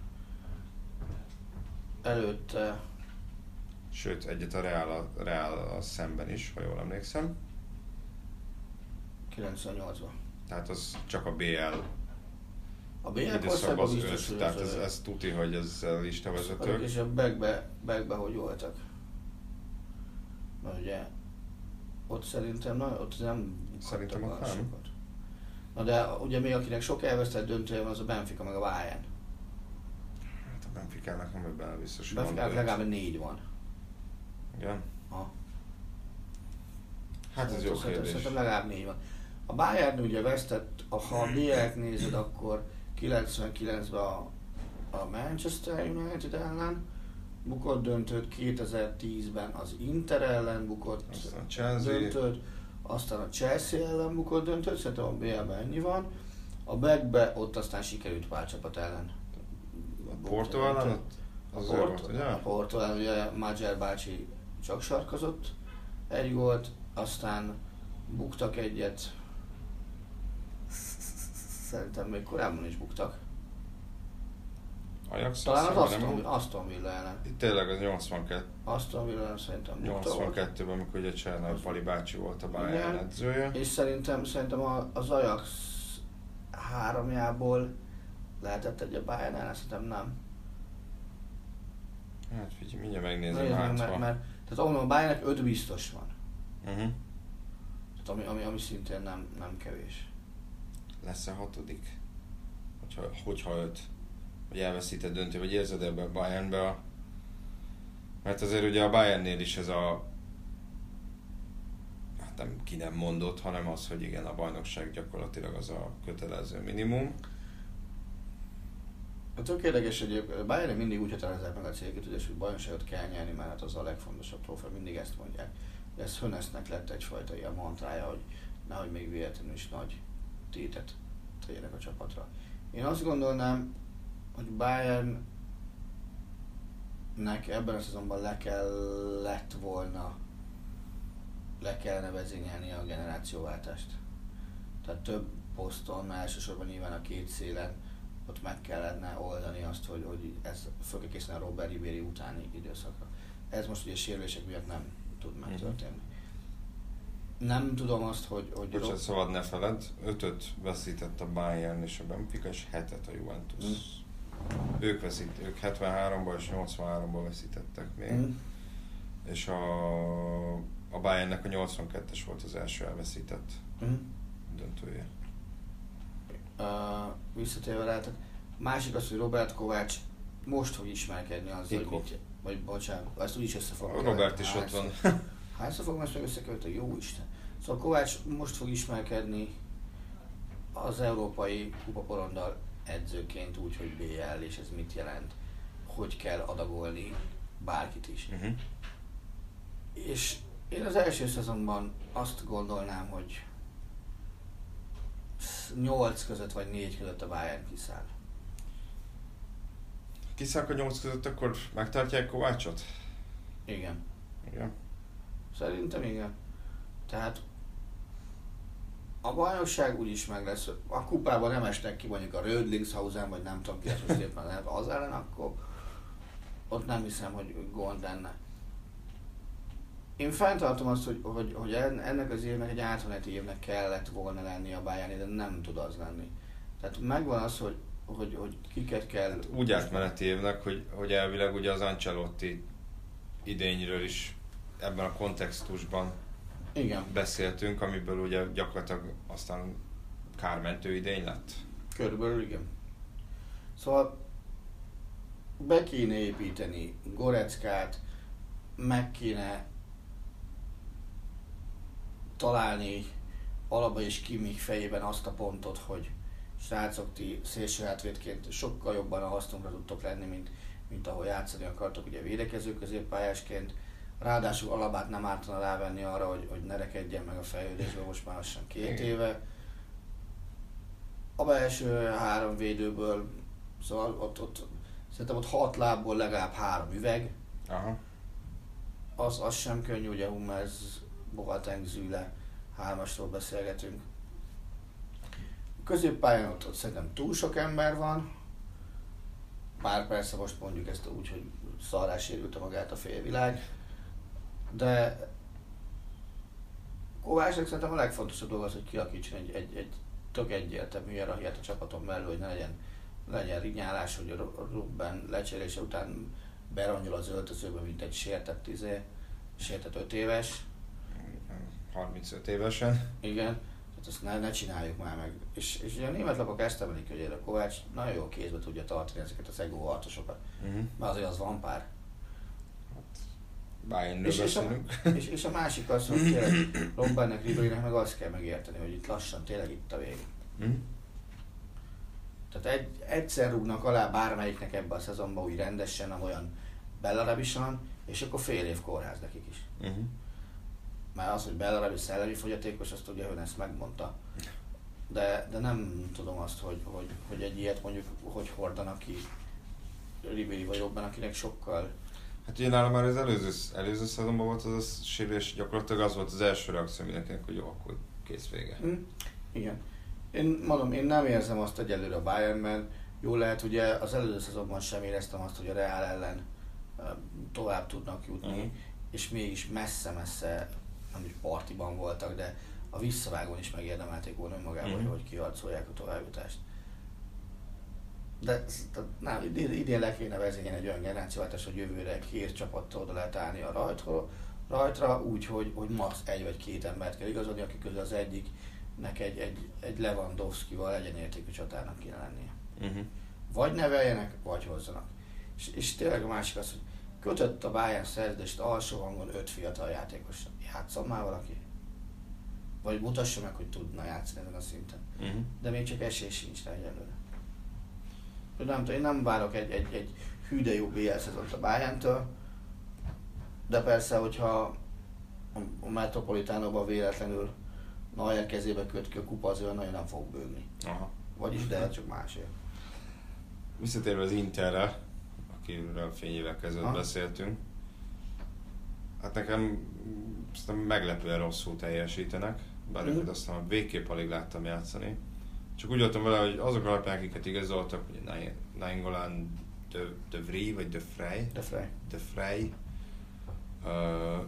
[SPEAKER 5] Előtte...
[SPEAKER 4] Sőt, egyet a Real, Real szemben is, ha jól emlékszem.
[SPEAKER 5] kilencvennyolcban.
[SPEAKER 4] Tehát az csak a bé el
[SPEAKER 5] a bé el
[SPEAKER 4] időszakban az öt, tehát ez, ez tuti, hogy ez listavezetők.
[SPEAKER 5] És a backbe, backbe hogy voltak? Na ugye, ott szerintem, na, ott nem
[SPEAKER 4] Szerintem ott nem.
[SPEAKER 5] Sokat. Na de ugye még akinek sok elvesztett döntője van, az a Benfica meg a Bayern.
[SPEAKER 4] Hát a Benficának nem ebben biztos,
[SPEAKER 5] hogy Benficának legalább négy van.
[SPEAKER 4] Igen?
[SPEAKER 5] Ha.
[SPEAKER 4] Hát ez jó kérdés.
[SPEAKER 5] Szerintem legalább négy van. A Bayern ugye vesztett, ha a bé el-t nézed, akkor kilencvenkilencben a, a Manchester United ellen bukott döntőt, kétezer-tízben az Inter ellen bukott
[SPEAKER 4] aztán Chelsea.
[SPEAKER 5] döntőt, aztán a Chelsea ellen bukott döntőt, szerintem a bé el-ben ennyi van. A backbe ott aztán sikerült pár csapat ellen.
[SPEAKER 4] A Porto ellen ott az
[SPEAKER 5] a Porto,
[SPEAKER 4] volt, ugye?
[SPEAKER 5] A Porto ellen ugye Magyar bácsi csak sarkazott egy gólt, aztán buktak egyet. Szerintem még korábban is buktak.
[SPEAKER 4] Ajax,
[SPEAKER 5] talán az Aston,
[SPEAKER 4] nem...
[SPEAKER 5] Aston Villa ellen.
[SPEAKER 4] Itt tényleg az nyolcvankettő.
[SPEAKER 5] Aston Villa ellen szerintem bukta
[SPEAKER 4] nyolcvankettőben, amikor ugye Csernai Pali bácsi volt a Bayern edzője.
[SPEAKER 5] És szerintem, szerintem az Ajax háromjából lehetett egy a Bayern ellen, szerintem nem.
[SPEAKER 4] Hát figyelj, mindjárt megnézem
[SPEAKER 5] Nézd,
[SPEAKER 4] hátva.
[SPEAKER 5] mert, mert, tehát ahol a Bayernnek öt biztos van.
[SPEAKER 4] Uh-huh.
[SPEAKER 5] Tehát ami, ami, ami szintén nem, nem kevés.
[SPEAKER 4] Lesz-e hatodik? Hogyha, hogyha öt, vagy elveszített döntő, vagy érzed ebbe a Bayernbe a... Mert azért ugye a Bayernnél is ez a... Hát nem ki nem mondott, hanem az, hogy igen, a bajnokság gyakorlatilag az a kötelező minimum.
[SPEAKER 5] A tök érdekes, hogy a Bayern mindig úgy határozzák meg a célkitűzést, hogy bajnokságot kell nyerni, mert hát az a legfontosabb trófea, mindig ezt mondják. De ez Hönesnek lett egyfajta ilyen mantrája, hogy nehogy még véletlenül is nagy tétet tegyenek a csapatra. Én azt gondolnám, hogy Bayernnek ebben a szezonban le kellett volna, le kellene vezényelni a generációváltást. Tehát több poszton, elsősorban nyilván a két szélen, ott meg kellene oldani azt, hogy, hogy ez föl kell készülni a Robert Ribéry utáni időszakra. Ez most ugye sérülések miatt nem tud megtörténni. Nem tudom azt, hogy... hogy
[SPEAKER 4] Bocsánat,
[SPEAKER 5] Rob...
[SPEAKER 4] szabad ne feled, ötöt veszített a Bayern és a Benfica, és hetet a Juventus. Mm. Ők veszít, ők hetvenháromban és nyolcvanháromban veszítettek még. Mm. És a, a Bayernnek a nyolcvankettes volt az első elveszített mm. döntője.
[SPEAKER 5] Uh, visszatérve rátok. Másik az, hogy Robert Kovács most fog ismerkedni azzal, hogy mit, vagy bocsánat, ezt úgyis össze fog.
[SPEAKER 4] Robert is ott van.
[SPEAKER 5] Hányszor fog ezt meg összekövetni? Jó Isten. Szóval Kovács most fog ismerkedni az európai kupaporondal edzőként úgy, hogy bé el, és ez mit jelent, hogy kell adagolni bárkit is. Uh-huh. És én az első szezonban azt gondolnám, hogy nyolc között vagy négy között a Bayern kiszáll.
[SPEAKER 4] Kiszáll a nyolc között, akkor megtartják Kovácsot?
[SPEAKER 5] Igen.
[SPEAKER 4] Igen.
[SPEAKER 5] Szerintem igen. Tehát A bajnokság úgyis meg lesz. A kupában nem esnek ki mondjuk a Rödlingshausen, vagy nem tudom ki, az szépen lehet az ellen, akkor ott nem hiszem, hogy gond lenne. Én fenntartom azt, hogy, hogy, hogy ennek az évnek egy átmeneti évnek kellett volna lenni a Bayern, de nem tud az lenni. Tehát megvan az, hogy, hogy, hogy kiket kell... Hát
[SPEAKER 4] úgy átmeneti évnek, hogy, hogy elvileg ugye az Ancelotti idényről is ebben a kontextusban
[SPEAKER 5] igen.
[SPEAKER 4] beszéltünk, amiből ugye gyakorlatilag aztán kármentő idény lett.
[SPEAKER 5] Körülbelül igen. Szóval be kéne építeni Goreckát, meg kéne találni Alaba és Kimmich fejében azt a pontot, hogy srácok, ti szélső hátvédként sokkal jobban a hasznunkra tudtok lenni, mint, mint ahol játszani akartok, ugye védekező középpályásként. Ráadásul Alabát nem ártana rávenni arra, hogy, hogy ne rekedjen meg a fejlődésbe, most már lassan két éve. A belső három védőből, szóval ott, ott szerintem ott hat lábból legalább három üveg.
[SPEAKER 4] Aha.
[SPEAKER 5] Az, az sem könnyű, ugye Hummels, Boateng, Züle, hármasról beszélgetünk. Középpályán ott, ott szerintem túl sok ember van. Bár persze most mondjuk ezt úgy, hogy szarrá sérülte magát a félvilág. De Kovácsnak szerintem a legfontosabb dolog az, hogy kialakítson egy, egy, egy tök egyértelmű hierarchiát a csapaton belül, hogy ne legyen, legyen rinyálás, hogy a Robben lecserélése után beronyol az öltözőbe, mint egy sértett, izé, sértett öt éves.
[SPEAKER 4] harmincöt évesen.
[SPEAKER 5] Igen, hát azt ne, ne csináljuk már meg. És, és ugye a német lapok ezt emelik, hogy a Kovács nagyon jól kézbe tudja tartani ezeket az ego harcosokat. Uh-huh. Mert azért az van pár. És, és, a, és, és a másik az, hogy tényleg Robbennek, Ribérynek meg azt kell megérteni, hogy itt lassan tényleg itt a vége. Mm. Tehát egy, egyszer rúgnak alá bármelyiknek ebbe a szezonban úgy rendesen, amolyan Bellarabisan, és akkor fél év kórház nekik is. Mm-hmm. Már az, hogy Bellarabi szellemi fogyatékos, azt ugye ön ezt megmondta. De, de nem tudom azt, hogy, hogy, hogy egy ilyet mondjuk, hogy hordanak ki Ribéry vagy Robben, akinek sokkal...
[SPEAKER 4] Hát ugye nálam már az előző, előző szezonban volt az a sérülés, gyakorlatilag az volt az első reakció mindenkinek, hogy jó, akkor kész vége. Mm.
[SPEAKER 5] Igen. Én mondom, én nem érzem azt egyelőre a Bayernben. Jól lehet, ugye az előző szezonban sem éreztem azt, hogy a Real ellen tovább tudnak jutni, mm. és mégis messze-messze, nem is partiban voltak, de a visszavágón is megérdemelték volna önmagában, mm. hogy, hogy kiharcolják a továbbjutást. De nem, idén le kéne vezényelni egy olyan generációváltás, hogy jövőre két csapattal oda lehet állni a rajtról, rajtra, úgy, hogy, hogy max. egy vagy két embert kell igazodni, akik közül az egyiknek egy, egy, egy Lewandowskival egyenértékű csatárnak kéne lennie. Uh-huh. Vagy neveljenek, vagy hozzanak. És, és tényleg a másik az, hogy kötött a Bayern szerződést alsó hangon öt fiatal játékosra. Játsszon már valaki? Vagy mutassa meg, hogy tudna játszani ezen a szinten. Uh-huh. De még csak esély sincs rá egyelőre. Nem tudom, én nem várok egy, egy, egy hű de jó bé el szezont a Bayerntől, de persze, hogyha a Metropolitánóban véletlenül Neuer kezébe köt ki a kupa, azért nagyon nem fog bőgni. Aha. Vagyis, de csak másért.
[SPEAKER 4] Visszatérve az Interre, akiről fényévek között ha? beszéltünk, hát nekem meglepően rosszul teljesítenek, bár mm. őket aztán végképp alig láttam játszani. Csak úgy voltam vele, hogy azok alapján, akiket igazoltak, hogy Nainggolan de, de Vrij, vagy de Vrij,
[SPEAKER 5] de Vrij,
[SPEAKER 4] de Vrij, uh,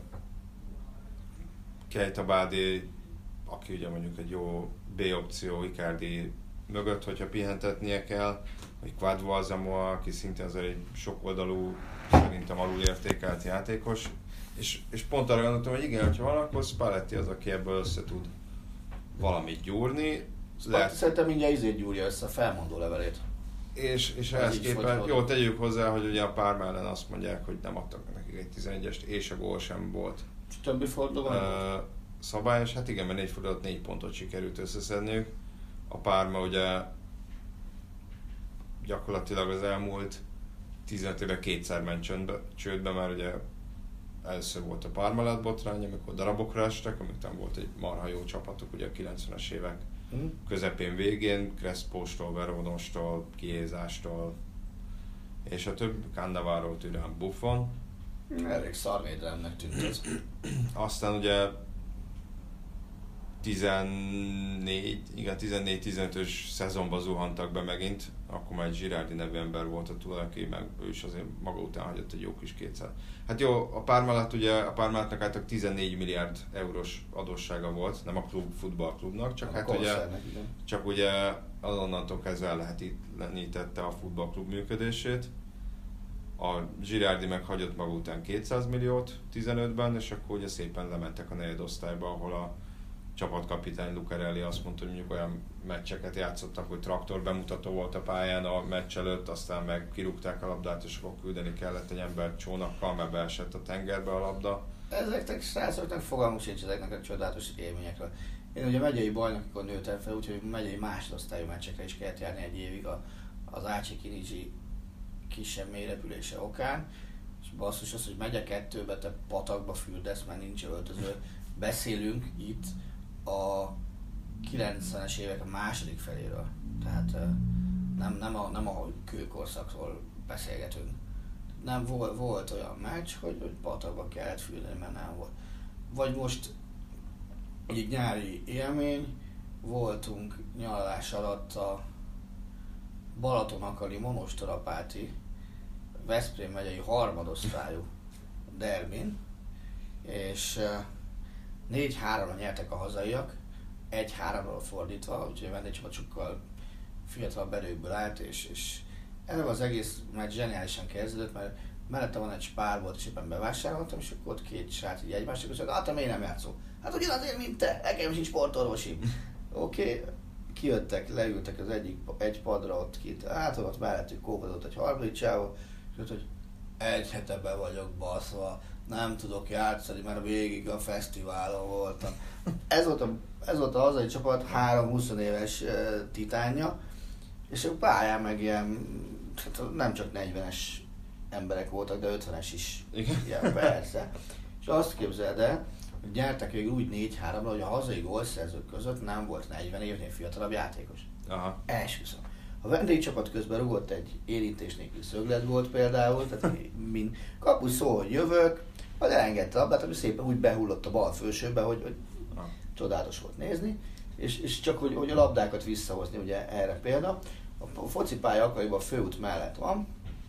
[SPEAKER 4] Keita Balde, aki ugye mondjuk egy jó B-opció Icardi mögött, hogyha pihentetnie kell, vagy Kwadwo Asamoah, aki szintén azért egy sokoldalú, szerintem alulértékelt játékos, és, és pont arra gondoltam, hogy igen, hogyha van, akkor Spalletti az, aki ebből össze tud valamit gyúrni.
[SPEAKER 5] Lehet. Szerintem mindjárt izét gyúrja össze a felmondó levelét.
[SPEAKER 4] És, és ehhez képest, jó, tegyük hozzá, hogy ugye a Parma ellen azt mondják, hogy nem adtak nekik egy tizenegyest, és a gól sem volt.
[SPEAKER 5] És többi forduló uh,
[SPEAKER 4] szabályos, hát igen, mert négy fordulót négy pontot sikerült összeszedniük. A Parma ugye gyakorlatilag az elmúlt tizenöt évben kétszer ment csődbe, csődbe, mert ugye először volt a Parmalat botrány, amikor darabokra estek, amikor volt egy marha jó csapatuk, ugye a kilencvenes évek mm. közepén végén, Crespo-stól, Veronostól, Chiesa-stól, és a több Cannavaro, Thuram, Buffon.
[SPEAKER 5] Elég szarvédelemnek tűnt ez.
[SPEAKER 4] Aztán ugye tizennégy, igen, tizennégy-tizenötös szezonban zuhantak be megint, akkor már egy Girardi nevű ember volt a túl, aki meg ő is azért maga után hagyott egy jó kis kétszáz. Hát jó, a Parmalat ugye, a Parmalatnak által tizennégy milliárd eurós adóssága volt, nem a klub, futballklubnak, csak a hát ugye, csak ugye onnantól kezdve ellehetetlenítette a futballklub működését. A Girardi meg hagyott maga után kétszáz milliót tizenötben, és akkor ugye szépen lementek a negyedosztályba, ahol a csapatkapitány Lucarelli azt mondta, hogy mondjuk olyan meccseket játszottak, hogy traktor bemutató volt a pályán a meccs előtt, aztán meg kirúgták a labdát, és akkor küldeni kellett egy embert csónakkal, mert beesett a tengerbe a labda.
[SPEAKER 5] Ezeknek srácoknak fogalmuk sincs ezeknek a csodálatos élményekről. Én ugye megyei bajnokikon nőttem fel, úgyhogy megyei másodosztályú meccsekre is kellett járni egy évig a, az Ácsi Kinizsi kisebb mélyrepülése okán, és basszus az, hogy megyek kettőbe, te patakba fürdesz, mert nincs öltöző. Beszélünk itt a kilencvenes évek a második feléről, tehát nem, nem, a, nem a kőkorszakról beszélgetünk. Nem volt, volt olyan meccs, hogy, hogy patakba kellett fürdeni, mert nem volt. Vagy most egy nyári élmény, voltunk nyaralás alatt a Balatonakali Monostorapáti Veszprém megyei harmadosztályú derbin, és négy háromra nyertek a hazaiak, egy háromról fordítva, úgyhogy a vendégcsapat sokkal fiatalabb erőkből állt, és, és ez az egész már zseniálisan kezdődött, mert mellette van egy spár volt, és éppen bevásároltam, és akkor ott két srác így egymásra között, hát te miért nem játszol? Hát ugyanazért, mint te, nekem sincs sportorvosim. Oké, okay. Kijöttek, leültek az egyik egy padra ott kint, hát ott mellettük kóbadott egy harmadik csávó, és ott, hogy egy hete be vagyok baszva, nem tudok játszani, mert végig a fesztiválon voltam. Ez volt a, ez volt a hazai csapat három húsz éves uh, titánja, és a pályán meg ilyen, nem csak negyvenes emberek voltak, de ötvenes is. Igen, persze. És azt képzeld el, hogy gyertek végül úgy négy háromra, hogy a hazai gólszerzők között nem volt negyven évnél fiatalabb játékos. Aha. Esküszöm. A vendégcsapat közben rugott egy érintés nélkül szöglet volt például, tehát mint kapus szól, hogy jövök, majd elengedte a labdát, ami szépen úgy behullott a bal fősőbe, hogy, hogy csodálatos volt nézni, és, és csak hogy, hogy a labdákat visszahozni, ugye erre példa. A focipálya akkoriban a főút mellett van.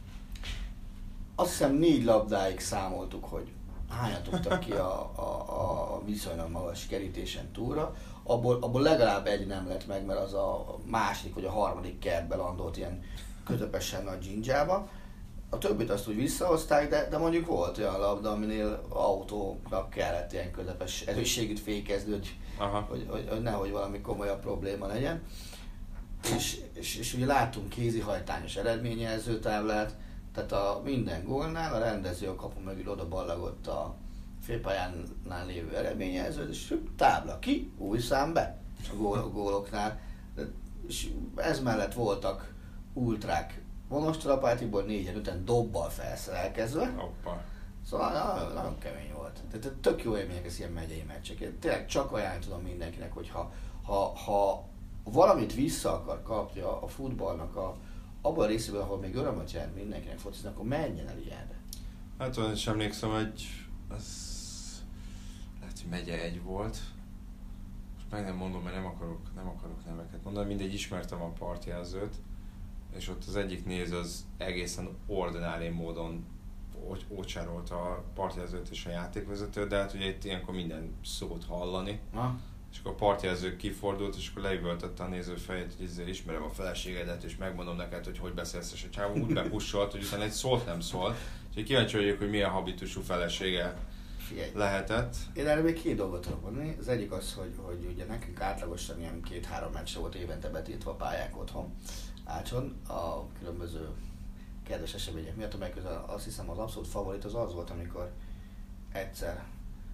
[SPEAKER 5] Azt hiszem négy labdáig számoltuk, hogy hányan tudtak ki a, a, a viszonylag magas kerítésen túlra. Abból, abból legalább egy nem lett meg, mert az a második vagy a harmadik kertbe landolt ilyen közepesen nagy dzsindzsába. A többit azt úgy visszahozták, de, de mondjuk volt olyan labda, aminél autónak kellett ilyen közepes erősségűt fékezni, hogy, hogy, hogy, hogy nehogy valami komolyabb probléma legyen. És, és, és ugye láttunk kézihajtányos eredményjelző táblát, tehát a minden gólnál a rendező a kapu mögül oda ballagott a félpályánál lévő eredményjelzőt, és tábla ki, új szám be a, gól, a góloknál. És ez mellett voltak ultrák Monostorapátiból négyen öten dobbal felszerelkezve. Hoppa. Szóval nagyon, nagyon kemény volt. Tehát tök jó élmények ez ilyen megyei meccsek. Tényleg csak ajánlani tudom mindenkinek, hogy ha, ha, ha valamit vissza akar kapni a, a futballnak a, abban a részében, ahol még örömöt jelent mindenkinek focizni, akkor menjen el ilyenre.
[SPEAKER 4] Hát olyan is emlékszem, hogy az lehet, hogy megye egy volt. Most meg nem mondom, mert nem akarok, nem akarok neveket mondani. Mindegy, ismertem a partjelzőt, és ott az egyik néző az egészen ordinári módon ócsárolta a partjelzőt és a játékvezetőt, de hát ugye itt ilyenkor minden szót hallani. Ha? És akkor a partjelző kifordult, és akkor leüvöltötte a néző fejét, hogy ezzel ismerem a feleségedet, és megmondom neked, hogy hogy beszélsz, és a csávó úgy bekussolt, hogy utána egy szót nem szólt. Úgyhogy kíváncsi vagyok, hogy milyen habitusú felesége Figyelj. lehetett.
[SPEAKER 5] Én erre még két dolgot tudok mondani. Az egyik az, hogy, hogy ugye nekünk átlagosan ilyen két-három meccs volt évente betiltva a pályák otthon Ácson a különböző kedves események miatt, amelyek közül azt hiszem az abszolút favorit az az volt, amikor egyszer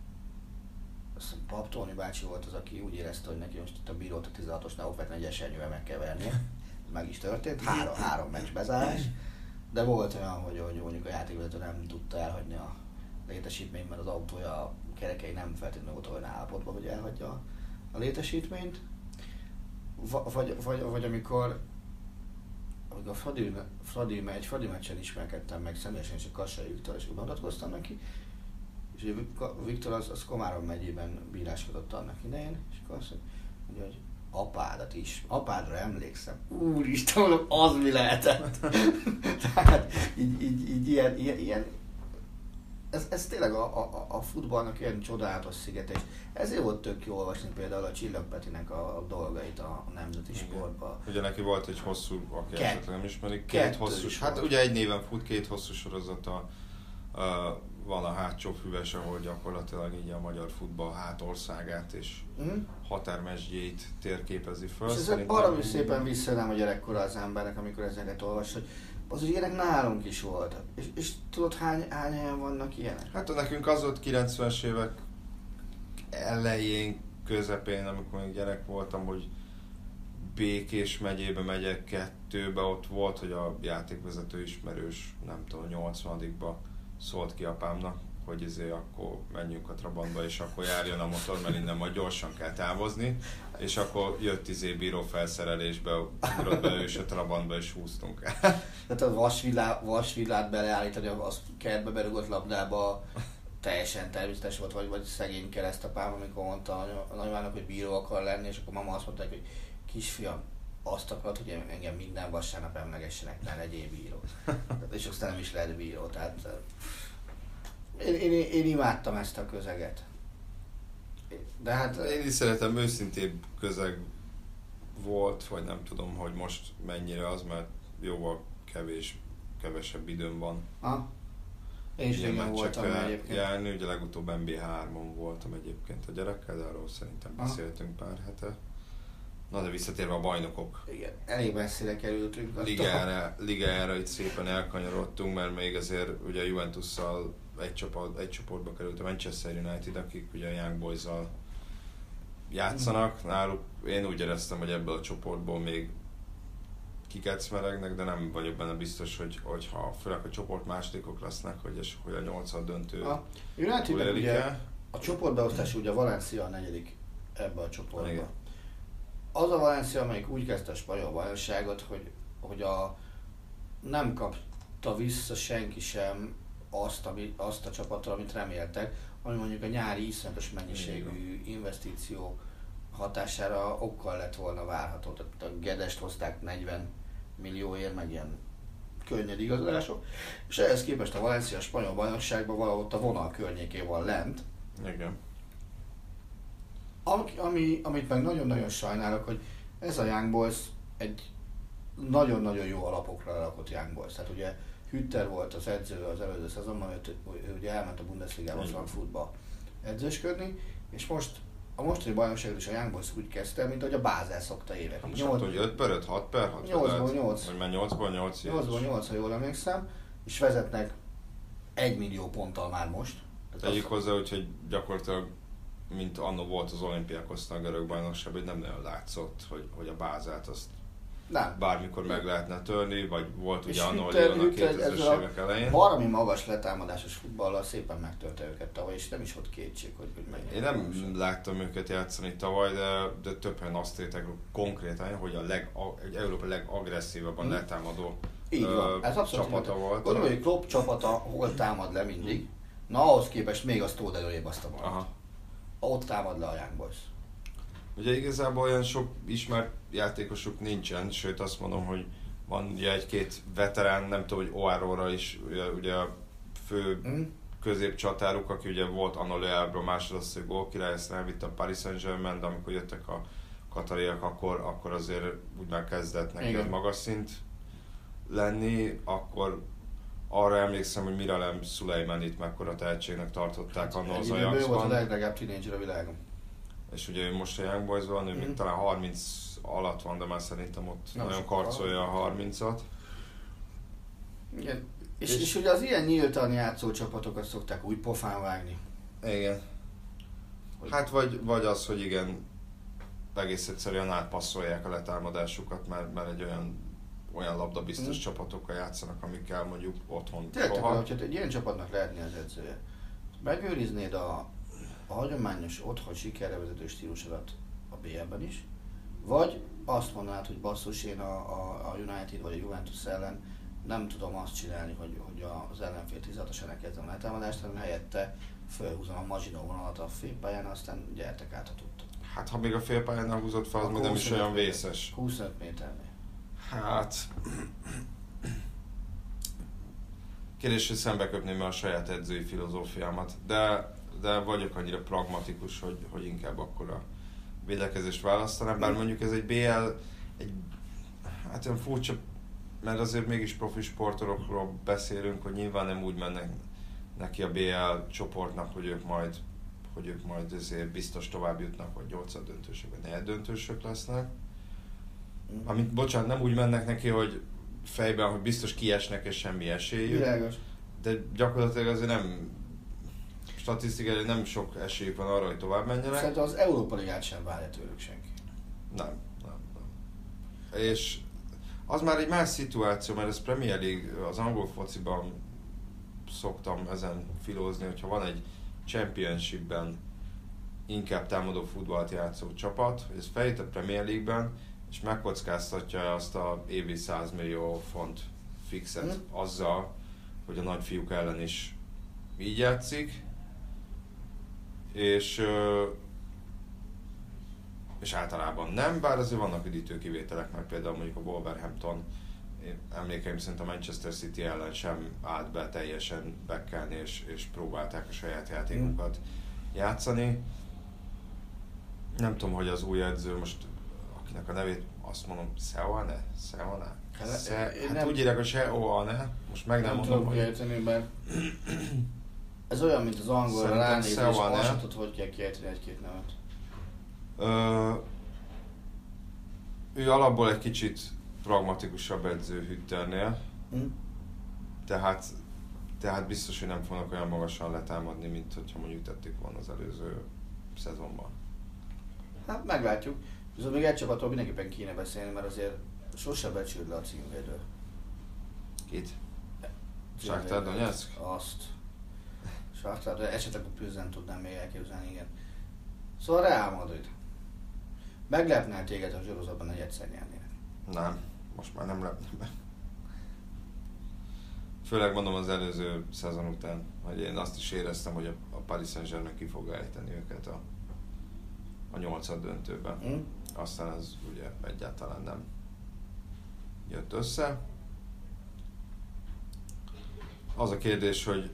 [SPEAKER 5] azt hiszem Pap Tóni bácsi volt az, aki úgy érezte, hogy neki most itt a bírót a tizenhatosnál okvetlen egy esernyővel meg kell verni. Meg is történt, három, három meccs bezárás, de volt olyan, hogy, hogy mondjuk a játékvezető nem tudta elhagyni a létesítményt, mert az autója, a kerekei nem feltétlenül volt olyan állapotban, hogy elhagyja a, a létesítményt. V- vagy, vagy, vagy amikor amikor a Fradi, Fradi, egy Fradi meccsen ismerkedtem meg személyesen, és a Kassai Viktor, és bemutatkoztam neki, És ugye Viktor az, az Komárom megyében bíráskodott annak idején, és akkor azt mondja, hogy apádat is, apádra emlékszem. Úristen, mondom, az mi lehetett? Tehát így, így, így ilyen, ilyen, ilyen ez, ez tényleg a, a, a futballnak ilyen csodálatos szigete, és ezért volt tök jó olvasni például a Csillag Petinek a, a dolgait a, a nemzeti sportban.
[SPEAKER 4] Ugye neki volt egy hosszú, aki
[SPEAKER 5] Ket-
[SPEAKER 4] esetleg nem ismerik, két hosszú, hát volt. Ugye egy néven fut, két hosszú sorozata uh, van a hátsó füves, ahol gyakorlatilag így a magyar futball hátországát és mm. határmesdjét térképezi föl.
[SPEAKER 5] És ez valami szépen visszajön a gyerekkora az embernek, amikor ezeket olvas, hogy az ilyenek nálunk is voltak. És, és tudod, hány, hány helyen vannak ilyenek?
[SPEAKER 4] Hát nekünk az ott kilencvenes évek elején, közepén, amikor még gyerek voltam, hogy Békés megyébe megyek kettőbe, ott volt, hogy a játékvezető ismerős, nem tudom, nyolcvanadikba szólt ki apámnak, hogy izé akkor menjünk a Trabantba, és akkor járjon a motor, mert innen majd gyorsan kell távozni, és akkor jött izé bíró felszerelésbe, ugrott be ő is a Trabantba, és húztunk el.
[SPEAKER 5] Tehát a vasvillát, vasvillát beleállítani, az kertbe berugott labdába teljesen természetes volt, vagy, vagy szegény keresztapám, amikor mondta a nagymának, hogy bíró akar lenni, és akkor mama azt mondta, hogy kisfiam, azt akarod, hogy engem minden vasárnap emlegessenek, ne legyél bíró. És aztán nem is lehet bíró, tehát én, én, én imádtam ezt a közeget. De hát...
[SPEAKER 4] Én is szeretem, őszintébb közeg volt, vagy nem tudom, hogy most mennyire az, mert jóval kevés, kevesebb időm van.
[SPEAKER 5] Ha? Én is igen voltam egyébként.
[SPEAKER 4] Járni, ugye legutóbb en bé hármon voltam egyébként a gyerekkel, de arról szerintem beszéltünk pár hete. Na de visszatérve a bajnokok.
[SPEAKER 5] Igen, elég messzire kerültünk.
[SPEAKER 4] Ligára, ligára itt szépen elkanyarodtunk, mert még azért ugye a Juventusszal egy, csoport, egy csoportba került a Manchester United, akik ugye a Young Boys-zal játszanak. Náluk én úgy éreztem, hogy ebből a csoportból még kikecmeregnek, de nem vagyok benne biztos, hogy, hogy ha főleg a csoport másodikok lesznek, hogy, és, hogy a nyolcad döntő
[SPEAKER 5] a United ugye a csoportbeosztás ugye a Valencia a negyedik ebbe a csoportba. Igen. Az a Valencia, amelyik úgy kezdte a spanyol bajnokságot, hogy, hogy a, nem kapta vissza senki sem azt, ami, azt a csapattal, amit reméltek, ami mondjuk a nyári iszonyatos mennyiségű investíció hatására okkal lett volna várható. Tehát a Gedest hozták negyven millióért, meg ilyen könnyed igazolások, és ehhez képest a Valencia a spanyol bajnokságban valahol ott a vonal környékén van lent.
[SPEAKER 4] Igen.
[SPEAKER 5] Ami, ami, amit meg nagyon-nagyon sajnálok, hogy ez a Young Boys egy nagyon-nagyon jó alapokra lakott Young Boys. Tehát ugye Hütter volt az edző az előző szezonban, ő, ő ugye elment a Bundesligába Frankfurtba edzősködni, és most a mostani bajnokságot is a Young Boys úgy kezdte, mint ahogy a Basel szokta évekig.
[SPEAKER 4] Most nyolc, hogy öt per öt, hat per hat?
[SPEAKER 5] nyolcból nyolc.
[SPEAKER 4] Vagy már nyolcból nyolc.
[SPEAKER 5] nyolcból nyolc, ha jól emlékszem, és vezetnek egy millió ponttal már most.
[SPEAKER 4] Tegyük hozzá, úgyhogy gyakorlatilag mint anno volt az Olympiakosznál a görög bajnokság, hogy nem nagyon látszott, hogy, hogy a Bázelt azt nem. bármikor meg lehetne törni, vagy volt ugye anno Lyon a kétezres évek elején.
[SPEAKER 5] Valami magas letámadásos futballal szépen megtörte őket tavaly, és nem is volt kétség, hogy, hogy meg.
[SPEAKER 4] Én nem láttam őket játszani tavaly, de, de többen azt értek konkrétan, hogy a leg, egy Európa legagresszívabban hmm. letámadó
[SPEAKER 5] így van. Ez
[SPEAKER 4] csapata volt.
[SPEAKER 5] Gondolom, hogy Klopp csapata hol támad le mindig, na ahhoz képest még azt tód előrébb azt a valamit. Ott támad le a Young Boys.
[SPEAKER 4] Ugye igazából olyan sok ismert játékosuk nincsen, sőt azt mondom, hogy van ugye egy-két veterán, nem tudom, hogy Oáróra is ugye, ugye a fő mm. középcsatáruk, aki ugye volt anno Le Havre másodosztály gólkirály, ezt elvitte a Paris Saint-Germain, de amikor jöttek a katariak, akkor, akkor azért úgy már kezdett neki egy magas szint lenni, akkor arra emlékszem, hogy Miralem Szulejmanit mekkora tehetségnek tartották anno az Ajaxban.
[SPEAKER 5] Ő volt a legdrágább tínédzser a világon.
[SPEAKER 4] És ugye ő most a Young Boys-ban, ő mm. még talán harminc alatt van, de már szerintem ott Na, nagyon karcolja a harmincat.
[SPEAKER 5] Igen. És, és, és ugye az ilyen nyíltan játszó csapatokat szokták úgy pofán vágni.
[SPEAKER 4] Igen. Hogy... Hát vagy, vagy az, hogy igen, egész egyszerűen átpasszolják a letámadásukat, mert, mert egy olyan olyan labdabiztos mm. csapatokkal játszanak, amikkel mondjuk otthon
[SPEAKER 5] Tényleg, hogyha egy ilyen csapatnak lehetni az edzője, megőriznéd a, a hagyományos otthon sikerre vezető stílusodat a bé el-ben is, vagy azt mondanád, hogy basszus, én a, a, a United vagy a Juventus ellen nem tudom azt csinálni, hogy, hogy az ellenfél tizedatosan elkezdem a letámadást, hanem helyette felhúzom a Maginot vonalat a félpályán, aztán gyertek át, ha tudtok.
[SPEAKER 4] Hát ha még a félpályánál húzott fel, az még nem is olyan vészes.
[SPEAKER 5] huszonöt méternél.
[SPEAKER 4] Hát... Kérdés, hogy szembeköpném a saját edzői filozófiámat, de, de vagyok annyira pragmatikus, hogy, hogy inkább akkor a védekezést választanám, bár mondjuk ez egy bé el, egy, hát olyan furcsa, mert azért mégis profi sportolókról beszélünk, hogy nyilván nem úgy mennek neki a bé el csoportnak, hogy ők majd, hogy ők majd azért biztos tovább jutnak, vagy nyolcad döntősök, vagy negyed döntősök lesznek. Amit, bocsánat, nem úgy mennek neki, hogy fejben, hogy biztos kiesnek és semmi esélyük.
[SPEAKER 5] Világos.
[SPEAKER 4] De gyakorlatilag azért nem, statisztikai nem sok esélyük van arra, hogy tovább menjenek.
[SPEAKER 5] Szerintem az Európa Ligát sem várja tőlük senki.
[SPEAKER 4] Nem, nem, nem. És az már egy más szituáció, mert ez Premier League, az angol fociban szoktam ezen filózni, hogyha van egy Championshipben inkább támadó futballt játszó csapat, hogy ez feljut a Premier League-ben, és megkockáztatja azt a évi száz millió font fixet mm. azzal, hogy a nagyfiúk ellen is így játszik, és, és általában nem, bár azért vannak üdítő kivételek, mert például mondjuk a Wolverhampton, emlékeim szerint a Manchester City ellen sem állt be teljesen bekkelni, és, és próbálták a saját játékukat mm. játszani. Nem tudom, hogy az új edző most, akinek a nevét azt mondom, Seoane? Seoane?
[SPEAKER 5] Hát,
[SPEAKER 4] Se, hát
[SPEAKER 5] nem,
[SPEAKER 4] úgy írják, hogy Seoane, most meg nem, nem mondom,
[SPEAKER 5] hogy... Kiejteni, mert ez olyan, mint az angolra ránézni, és azt sem tudod, hogy kell kiejteni egy-két nevet.
[SPEAKER 4] Ö, ő alapból egy kicsit pragmatikusabb edző Hütternél, mm. tehát, tehát biztos, hogy nem fognak olyan magasan letámadni, mint hogyha mondjuk tették volna az előző szezonban. Hát
[SPEAKER 5] meglátjuk. Viszont még egy csapatról mindenképpen kéne beszélni, mert azért sosem becsült le a címvédő.
[SPEAKER 4] Kit? Shakhtar Donetsk?
[SPEAKER 5] Azt. Shakhtar, de esetleg a Pilsen tudnám még elképzelni, igen. Szóval Real Madrid. Meglepnél téged a sorozatban, hogy egyszer nyernének?
[SPEAKER 4] Nem, most már nem lepne meg. Főleg mondom az előző szezon után, hogy én azt is éreztem, hogy a, a Paris Saint-Germain ki fog ejteni őket a, a nyolcad döntőben. Mm. Aztán az ugye egyáltalán nem jött össze. Az a kérdés, hogy,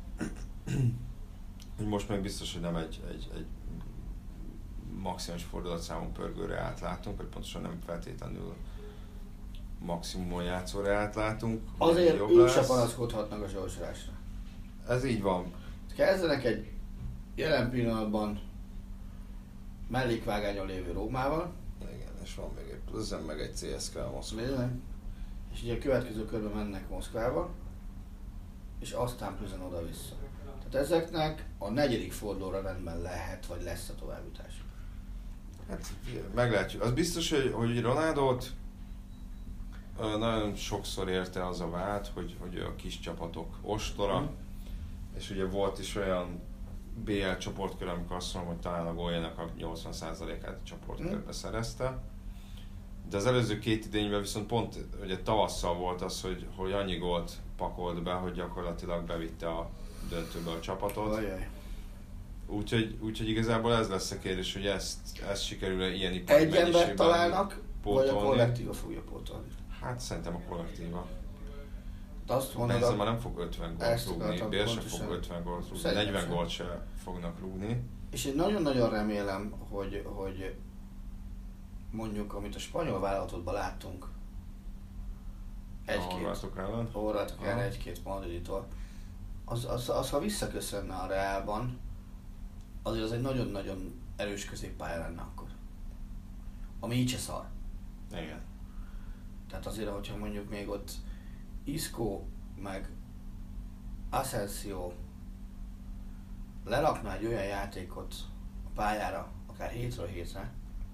[SPEAKER 4] hogy most meg biztos, hogy nem egy, egy, egy maximális fordulatszámú pörgőre átlátunk, vagy pontosan nem feltétlenül maximumon játszóra átlátunk.
[SPEAKER 5] Azért ők se panaszkodhatnak a sorsolásra.
[SPEAKER 4] Ez így van.
[SPEAKER 5] Kezdenek egy jelen pillanatban mellékvágányon lévő Rómával.
[SPEAKER 4] Igen, és van még egy pluszem, meg egy cé es ká Moszkva.
[SPEAKER 5] És ugye a következő körben mennek Moszkvába, és aztán pluszan oda-vissza. Tehát ezeknek a negyedik fordulóra rendben lehet, vagy lesz a továbbjutás.
[SPEAKER 4] Hát meglátjuk. Az biztos, hogy, hogy Ronaldót nagyon sokszor érte az a vád, hogy, hogy a kis csapatok ostora, mm. és ugye volt is olyan bé el csoportkör, amikor azt mondom, hogy talán a góljának a nyolcvan százalékát a csoportkörbe mm. szerezte. De az előző két idényben viszont pont ugye tavasszal volt az, hogy, hogy annyi gólt pakolt be, hogy gyakorlatilag bevitte a döntőbe a csapatot. Úgyhogy, úgyhogy igazából ez lesz a kérdés, hogy ezt, ezt sikerül-e ilyen ipari
[SPEAKER 5] egy embert találnak,
[SPEAKER 4] pótolni.
[SPEAKER 5] Vagy a kollektíva fogja pótolni?
[SPEAKER 4] Hát szerintem a kollektíva.
[SPEAKER 5] Azt mondod,
[SPEAKER 4] Benzema nem fog ötven gólt rúgni, Bél sem fog ötven gólt rúgni, negyven gólt se fognak rúgni.
[SPEAKER 5] És én nagyon-nagyon remélem, hogy, hogy mondjuk, amit a spanyol vállalatodban láttunk, egy-két,
[SPEAKER 4] a horvátok ellen,
[SPEAKER 5] horvátok ellen egy-két madriditól, az, az, az, ha visszaköszönne a Reálban, azért az egy nagyon-nagyon erős középpálya lenne akkor. Ami így se szar.
[SPEAKER 4] Igen.
[SPEAKER 5] Tehát azért, hogyha mondjuk még ott Isco meg Asensio lerakná egy olyan játékot a pályára, akár hétről hétre,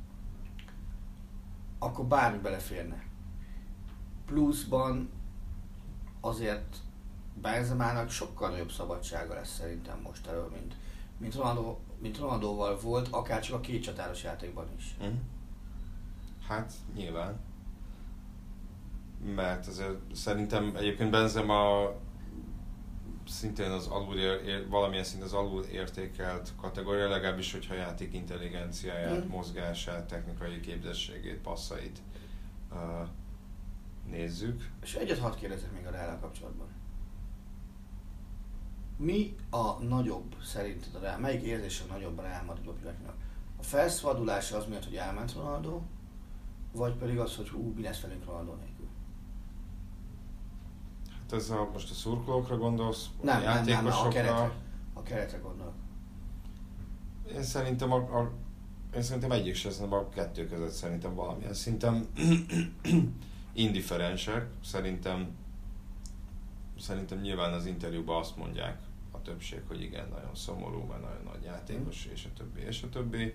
[SPEAKER 5] akkor bármi beleférne. Pluszban azért Benzemának sokkal nagyobb szabadsága lesz szerintem most elő, mint, mint, Ronaldo, mint Ronaldóval volt, akár csak a két csatáros játékban is.
[SPEAKER 4] Mm. Hát nyilván. Mert azért szerintem egyébként Benzema szintén az alul ér, ér, valamilyen szint az alul értékelt kategória, legalábbis, hogyha játék intelligenciáját, mm. mozgását, technikai képzettségét, passzait uh, nézzük.
[SPEAKER 5] És egyet hadd kérdezek még a Reállal kapcsolatban. Mi a nagyobb szerinted a Reál? Melyik érzés a nagyobb a Reál Madrid pillanatnyilag? A felszabadulása az miatt, hogy elment Ronaldo, vagy pedig az, hogy hú, mi lesz velünk Ronaldo nélkül?
[SPEAKER 4] Hát ez a, most a szurkolókra gondolsz?
[SPEAKER 5] Nem,
[SPEAKER 4] a
[SPEAKER 5] nem, nem, a keretre. A keretre gondolok.
[SPEAKER 4] Én szerintem, a, a, én szerintem egyik sem, szerintem a kettő között szerintem valamilyen szinten indifferensek. Szerintem, szerintem nyilván az interjúban azt mondják a többség, hogy igen, nagyon szomorú, mert nagyon nagy játékos, és a többi, és a többi.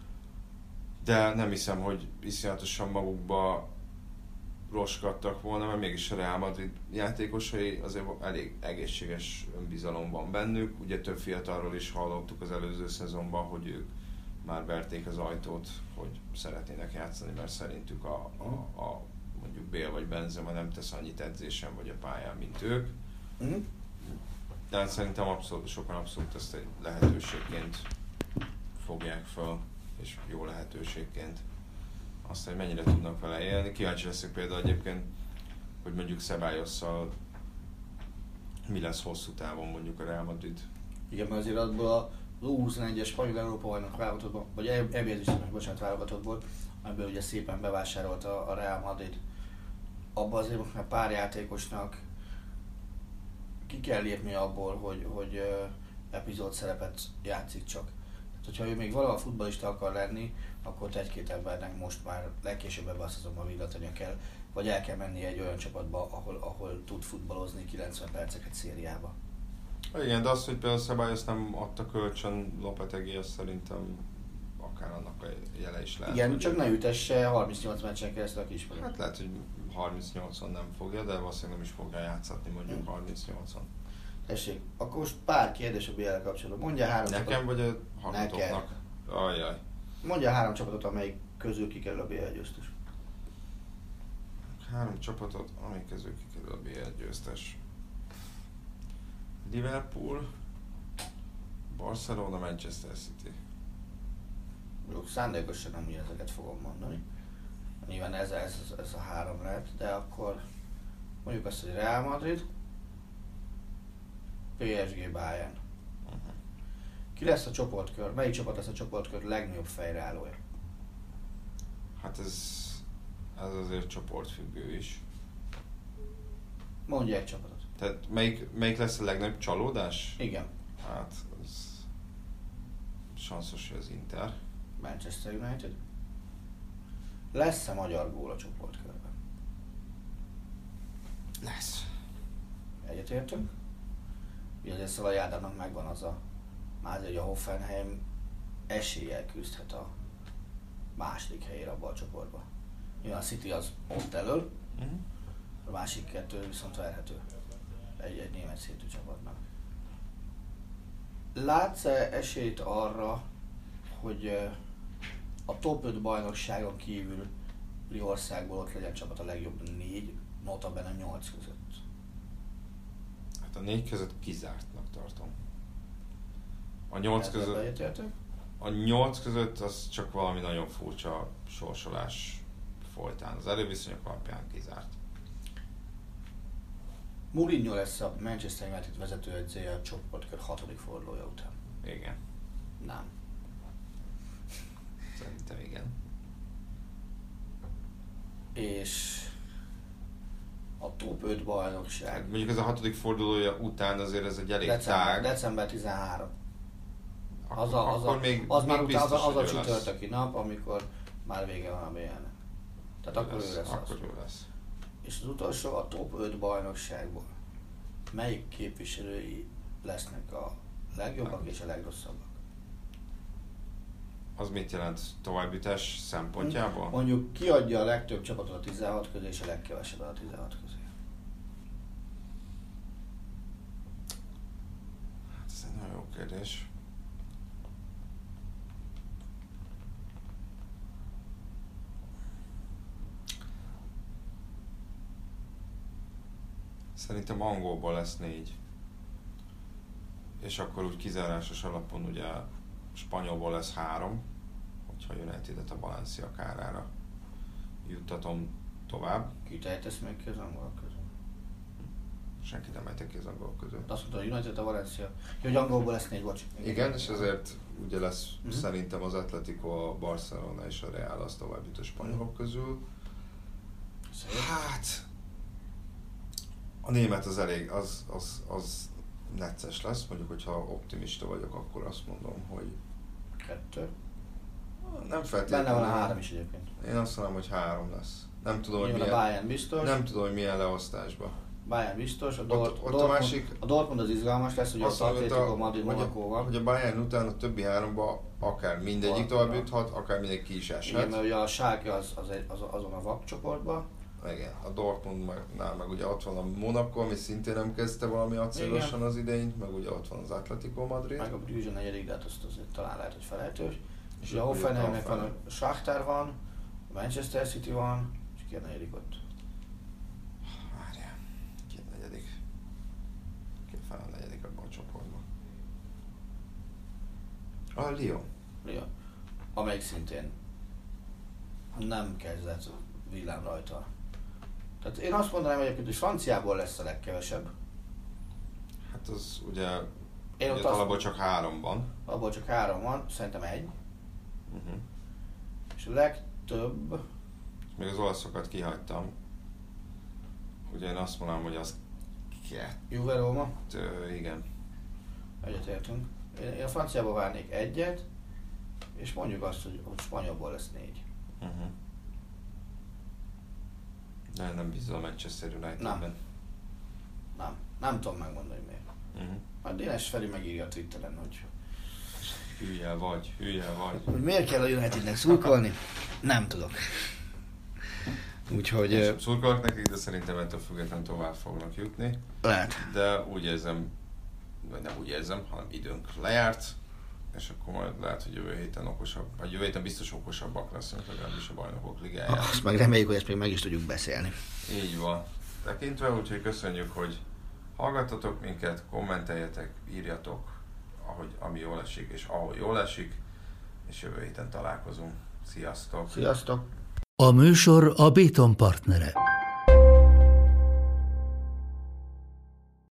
[SPEAKER 4] De nem hiszem, hogy iszonyatosan magukba roskadtak volna, mert mégis a Real Madrid játékosai azért elég egészséges önbizalom van bennük. Ugye több fiatalról is hallottuk az előző szezonban, hogy ők már verték az ajtót, hogy szeretnének játszani, mert szerintük a, a, a mondjuk Bale vagy Benzema nem tesz annyit edzésen vagy a pályán, mint ők. Mm. De hát szerintem abszolút, sokan abszolút ezt egy lehetőségként fogják fel, és jó lehetőségként. Azt, hogy mennyire tudnak vele élni. Kíváncsi leszek például egyébként, hogy mondjuk Ceballosszal mi lesz hosszú távon mondjuk a Real Madrid.
[SPEAKER 5] Igen, mert azért abból a U huszonegyes spanyol Európa bajnok válogatottból, vagy é bé es is, bocsánat, válogatottból, amiből ugye szépen bevásárolta a Real Madrid. Abban azért most már pár játékosnak ki kell lépni abból, hogy, hogy uh, epizód szerepet játszik csak. Tehát, hogyha ő még valahol futballista akar lenni, akkor egy-két embernek most már legkésőbb ebben a szezonban villatania kell, vagy el kell menni egy olyan csapatba, ahol, ahol tud futballozni kilencven perceket szériába.
[SPEAKER 4] Igen, de az, hogy például Ceballos nem adta kölcsön Lopetegui, azt szerintem akár annak a jele is lehet.
[SPEAKER 5] Igen, csak ne ütesse harmincnyolc meccsen keresztül a kispadon.
[SPEAKER 4] Hát lehet, hogy harmincnyolcon nem fogja, de valószínűleg nem is fogja játszatni mondjuk hmm. harmincnyolcon.
[SPEAKER 5] Tessék, akkor most pár kérdés a bé el-el kapcsolatban. Mondja három
[SPEAKER 4] Nekem
[SPEAKER 5] csapatot.
[SPEAKER 4] vagy a hallgatóknak? Ajjaj.
[SPEAKER 5] Mondja három csapatot, amelyik közül kikerül a bé el győztes.
[SPEAKER 4] Három csapatot, amelyik közül kikerül a bé el győztes. Liverpool, Barcelona, Manchester City.
[SPEAKER 5] Szándékosan nem ezeket fogom mondani. Nyilván ez, ez, ez a három lehet, de akkor mondjuk azt, hogy Real Madrid, pé es gé, Bayern. Uh-huh. Ki lesz a csoportkör? Melyik csapat lesz a csoportkör legnagyobb fejreállója?
[SPEAKER 4] Hát ez, ez azért csoportfüggő is.
[SPEAKER 5] Mondja egy csapatot.
[SPEAKER 4] Tehát melyik, melyik lesz a legnagyobb csalódás?
[SPEAKER 5] Igen.
[SPEAKER 4] Hát ez sanszos, hogy az Inter.
[SPEAKER 5] Manchester United. Lesz-e magyar gól a csoportkörben?
[SPEAKER 4] Lesz.
[SPEAKER 5] Egyetértünk? Ugye azért Szalai Ádámnak megvan az a máz, hogy a Hoffenheim eséllyel küzdhet a második helyére abban a csoportban. Nyilván a City az ott elől, uh-huh. A másik kettő viszont verhető egy-egy német szintű csapatnak. Látsz-e esélyt arra, hogy a top öt bajnokságon kívüli országból ott legyen csapat a legjobb négy, notabene nyolc között?
[SPEAKER 4] Hát a négy között kizártnak tartom. A nyolc
[SPEAKER 5] Ezzel
[SPEAKER 4] között, a nyolc között az csak valami nagyon furcsa sorsolás folytán. Az előviszonyok alapján kizárt.
[SPEAKER 5] Mourinho lesz a Manchester United vezetőedzője a csoportkör hatodik fordulója után.
[SPEAKER 4] Igen.
[SPEAKER 5] Nem.
[SPEAKER 4] Szerintem igen.
[SPEAKER 5] És a top öt bajnokság.
[SPEAKER 4] Hát mondjuk ez a hatodik fordulója után azért ez egy elég
[SPEAKER 5] december,
[SPEAKER 4] tág.
[SPEAKER 5] december tizenharmadika.
[SPEAKER 4] Akkor,
[SPEAKER 5] az a, az
[SPEAKER 4] akkor
[SPEAKER 5] a,
[SPEAKER 4] még,
[SPEAKER 5] az
[SPEAKER 4] még
[SPEAKER 5] már
[SPEAKER 4] biztos,
[SPEAKER 5] után, az a,
[SPEAKER 4] az a
[SPEAKER 5] csütörtöki nap, amikor már vége van a bé el-nek. Tehát
[SPEAKER 4] ő
[SPEAKER 5] akkor
[SPEAKER 4] lesz,
[SPEAKER 5] ő lesz
[SPEAKER 4] akkor
[SPEAKER 5] az.
[SPEAKER 4] ő lesz.
[SPEAKER 5] És az utolsó, a top öt bajnokságból melyik képviselői lesznek a legjobbak és a legrosszabbak?
[SPEAKER 4] Az mit jelent továbbjutás szempontjából?
[SPEAKER 5] Mondjuk ki adja a legtöbb csapatot a tizenhat közé és a legkevesebbet a tizenhat közé?
[SPEAKER 4] Hát ez egy nagyon jó kérdés. Szerintem angolból lesz négy. és akkor úgy kizárásos alapon ugye spanyolból lesz három, hogyha United-et a Valencia kárára juttatom tovább.
[SPEAKER 5] Kit ejtesz meg ki az angolok között?
[SPEAKER 4] Senki nem ejtek ki az angolok között.
[SPEAKER 5] Azt mondta, hogy United a Valencia. Jó, hogy angolból lesz négy, bocs.
[SPEAKER 4] Igen, és ezért ugye lesz
[SPEAKER 5] uh-huh.
[SPEAKER 4] szerintem az Atletico, a Barcelona és a Real az tovább jut a spanyolok közül.
[SPEAKER 5] Szép.
[SPEAKER 4] Hát a német az elég, az, az, az necces lesz, mondjuk, hogyha optimista vagyok, akkor azt mondom, hogy
[SPEAKER 5] Kettő.
[SPEAKER 4] nem feltétlenül.
[SPEAKER 5] Benne van a három is egyébként.
[SPEAKER 4] Én azt mondom, hogy három lesz. Nem tudom, hogy
[SPEAKER 5] Milyen,
[SPEAKER 4] milyen,
[SPEAKER 5] a Bayern biztos.
[SPEAKER 4] nem tudom, hogy milyen leosztásban.
[SPEAKER 5] Bayern biztos, a,
[SPEAKER 4] Ott-
[SPEAKER 5] Dort,
[SPEAKER 4] ott a
[SPEAKER 5] Dortmund,
[SPEAKER 4] másik-
[SPEAKER 5] a Dortmund az izgalmas lesz, hogy ott
[SPEAKER 4] Azt mondom, hogy
[SPEAKER 5] Atletico
[SPEAKER 4] a-
[SPEAKER 5] Madrid
[SPEAKER 4] hogy a-
[SPEAKER 5] Monaco van.
[SPEAKER 4] Hogy a Bayern után a többi háromba akár mindegyik
[SPEAKER 5] Van,
[SPEAKER 4] tovább
[SPEAKER 5] van.
[SPEAKER 4] juthat, akár mindegyik ki is
[SPEAKER 5] Igen,
[SPEAKER 4] eshet.
[SPEAKER 5] mert ugye a Schalke az, az, egy, az, azon a vak csoportban.
[SPEAKER 4] Igen, a Dortmundnál meg ugye ott van a Monaco, ami szintén nem kezdte valami acélosan az idején, meg ugye ott van az Atletico Madrid.
[SPEAKER 5] Meg a Brügge negyedik, de hát azt azért talán lehet, hogy felejtős. És
[SPEAKER 4] És
[SPEAKER 5] ugye a
[SPEAKER 4] akkor jött
[SPEAKER 5] Hoffenheimnek van
[SPEAKER 4] Hoffenheim.
[SPEAKER 5] a Shakhtar van, a Manchester City van, és ki a negyedik ott?
[SPEAKER 4] Várjál, két negyedik. Két fel a negyedik abban a csoportban. A Lyon.
[SPEAKER 5] Lyon. Amelyik szintén nem kezdett villám rajta. Tehát én azt mondanám egyébként, hogy franciából lesz a legkevesebb.
[SPEAKER 4] Hát az ugye,
[SPEAKER 5] Én
[SPEAKER 4] ugye
[SPEAKER 5] ott azt
[SPEAKER 4] alapból csak három van.
[SPEAKER 5] abból csak három van, szerintem egy.
[SPEAKER 4] Uh-huh.
[SPEAKER 5] És a legtöbb,
[SPEAKER 4] Még az olaszokat kihagytam. Ugye én azt mondanám, hogy az
[SPEAKER 5] Juve Roma,
[SPEAKER 4] kettő, igen.
[SPEAKER 5] egyetértünk. Én, én a franciából várnék egyet, és mondjuk azt, hogy a spanyolból lesz négy.
[SPEAKER 4] Uh-huh. De nem bízol a Manchester Unitedben.
[SPEAKER 5] Nem. Nem, nem tudom megmondani, hogy miért.
[SPEAKER 4] Uh-huh.
[SPEAKER 5] Majd Dénes Feri megírja a Twitteren, hogy
[SPEAKER 4] Hülye vagy, hülye vagy.
[SPEAKER 5] hogy miért kell a Unitednek szurkolni, nem tudok. Úgyhogy
[SPEAKER 4] Én sem szurkolok nekik, de szerintem ettől függetlenül tovább fognak jutni.
[SPEAKER 5] lehet.
[SPEAKER 4] De úgy érzem, vagy nem úgy érzem, hanem időnk lejárt, és akkor majd lehet, hogy jövő héten okosabb, vagy jövő héten biztos okosabbak leszünk, legalábbis a Bajnokok Ligáján.
[SPEAKER 5] Azt meg reméljük, hogy ezt még meg is tudjuk beszélni.
[SPEAKER 4] Így van. Tekintve, úgyhogy köszönjük, hogy hallgattatok minket, kommenteljetek, írjatok, ahogy, ami jól esik, és ahol jól esik, és jövő héten találkozunk. Sziasztok!
[SPEAKER 5] Sziasztok!
[SPEAKER 1] A műsor a Béton partnere.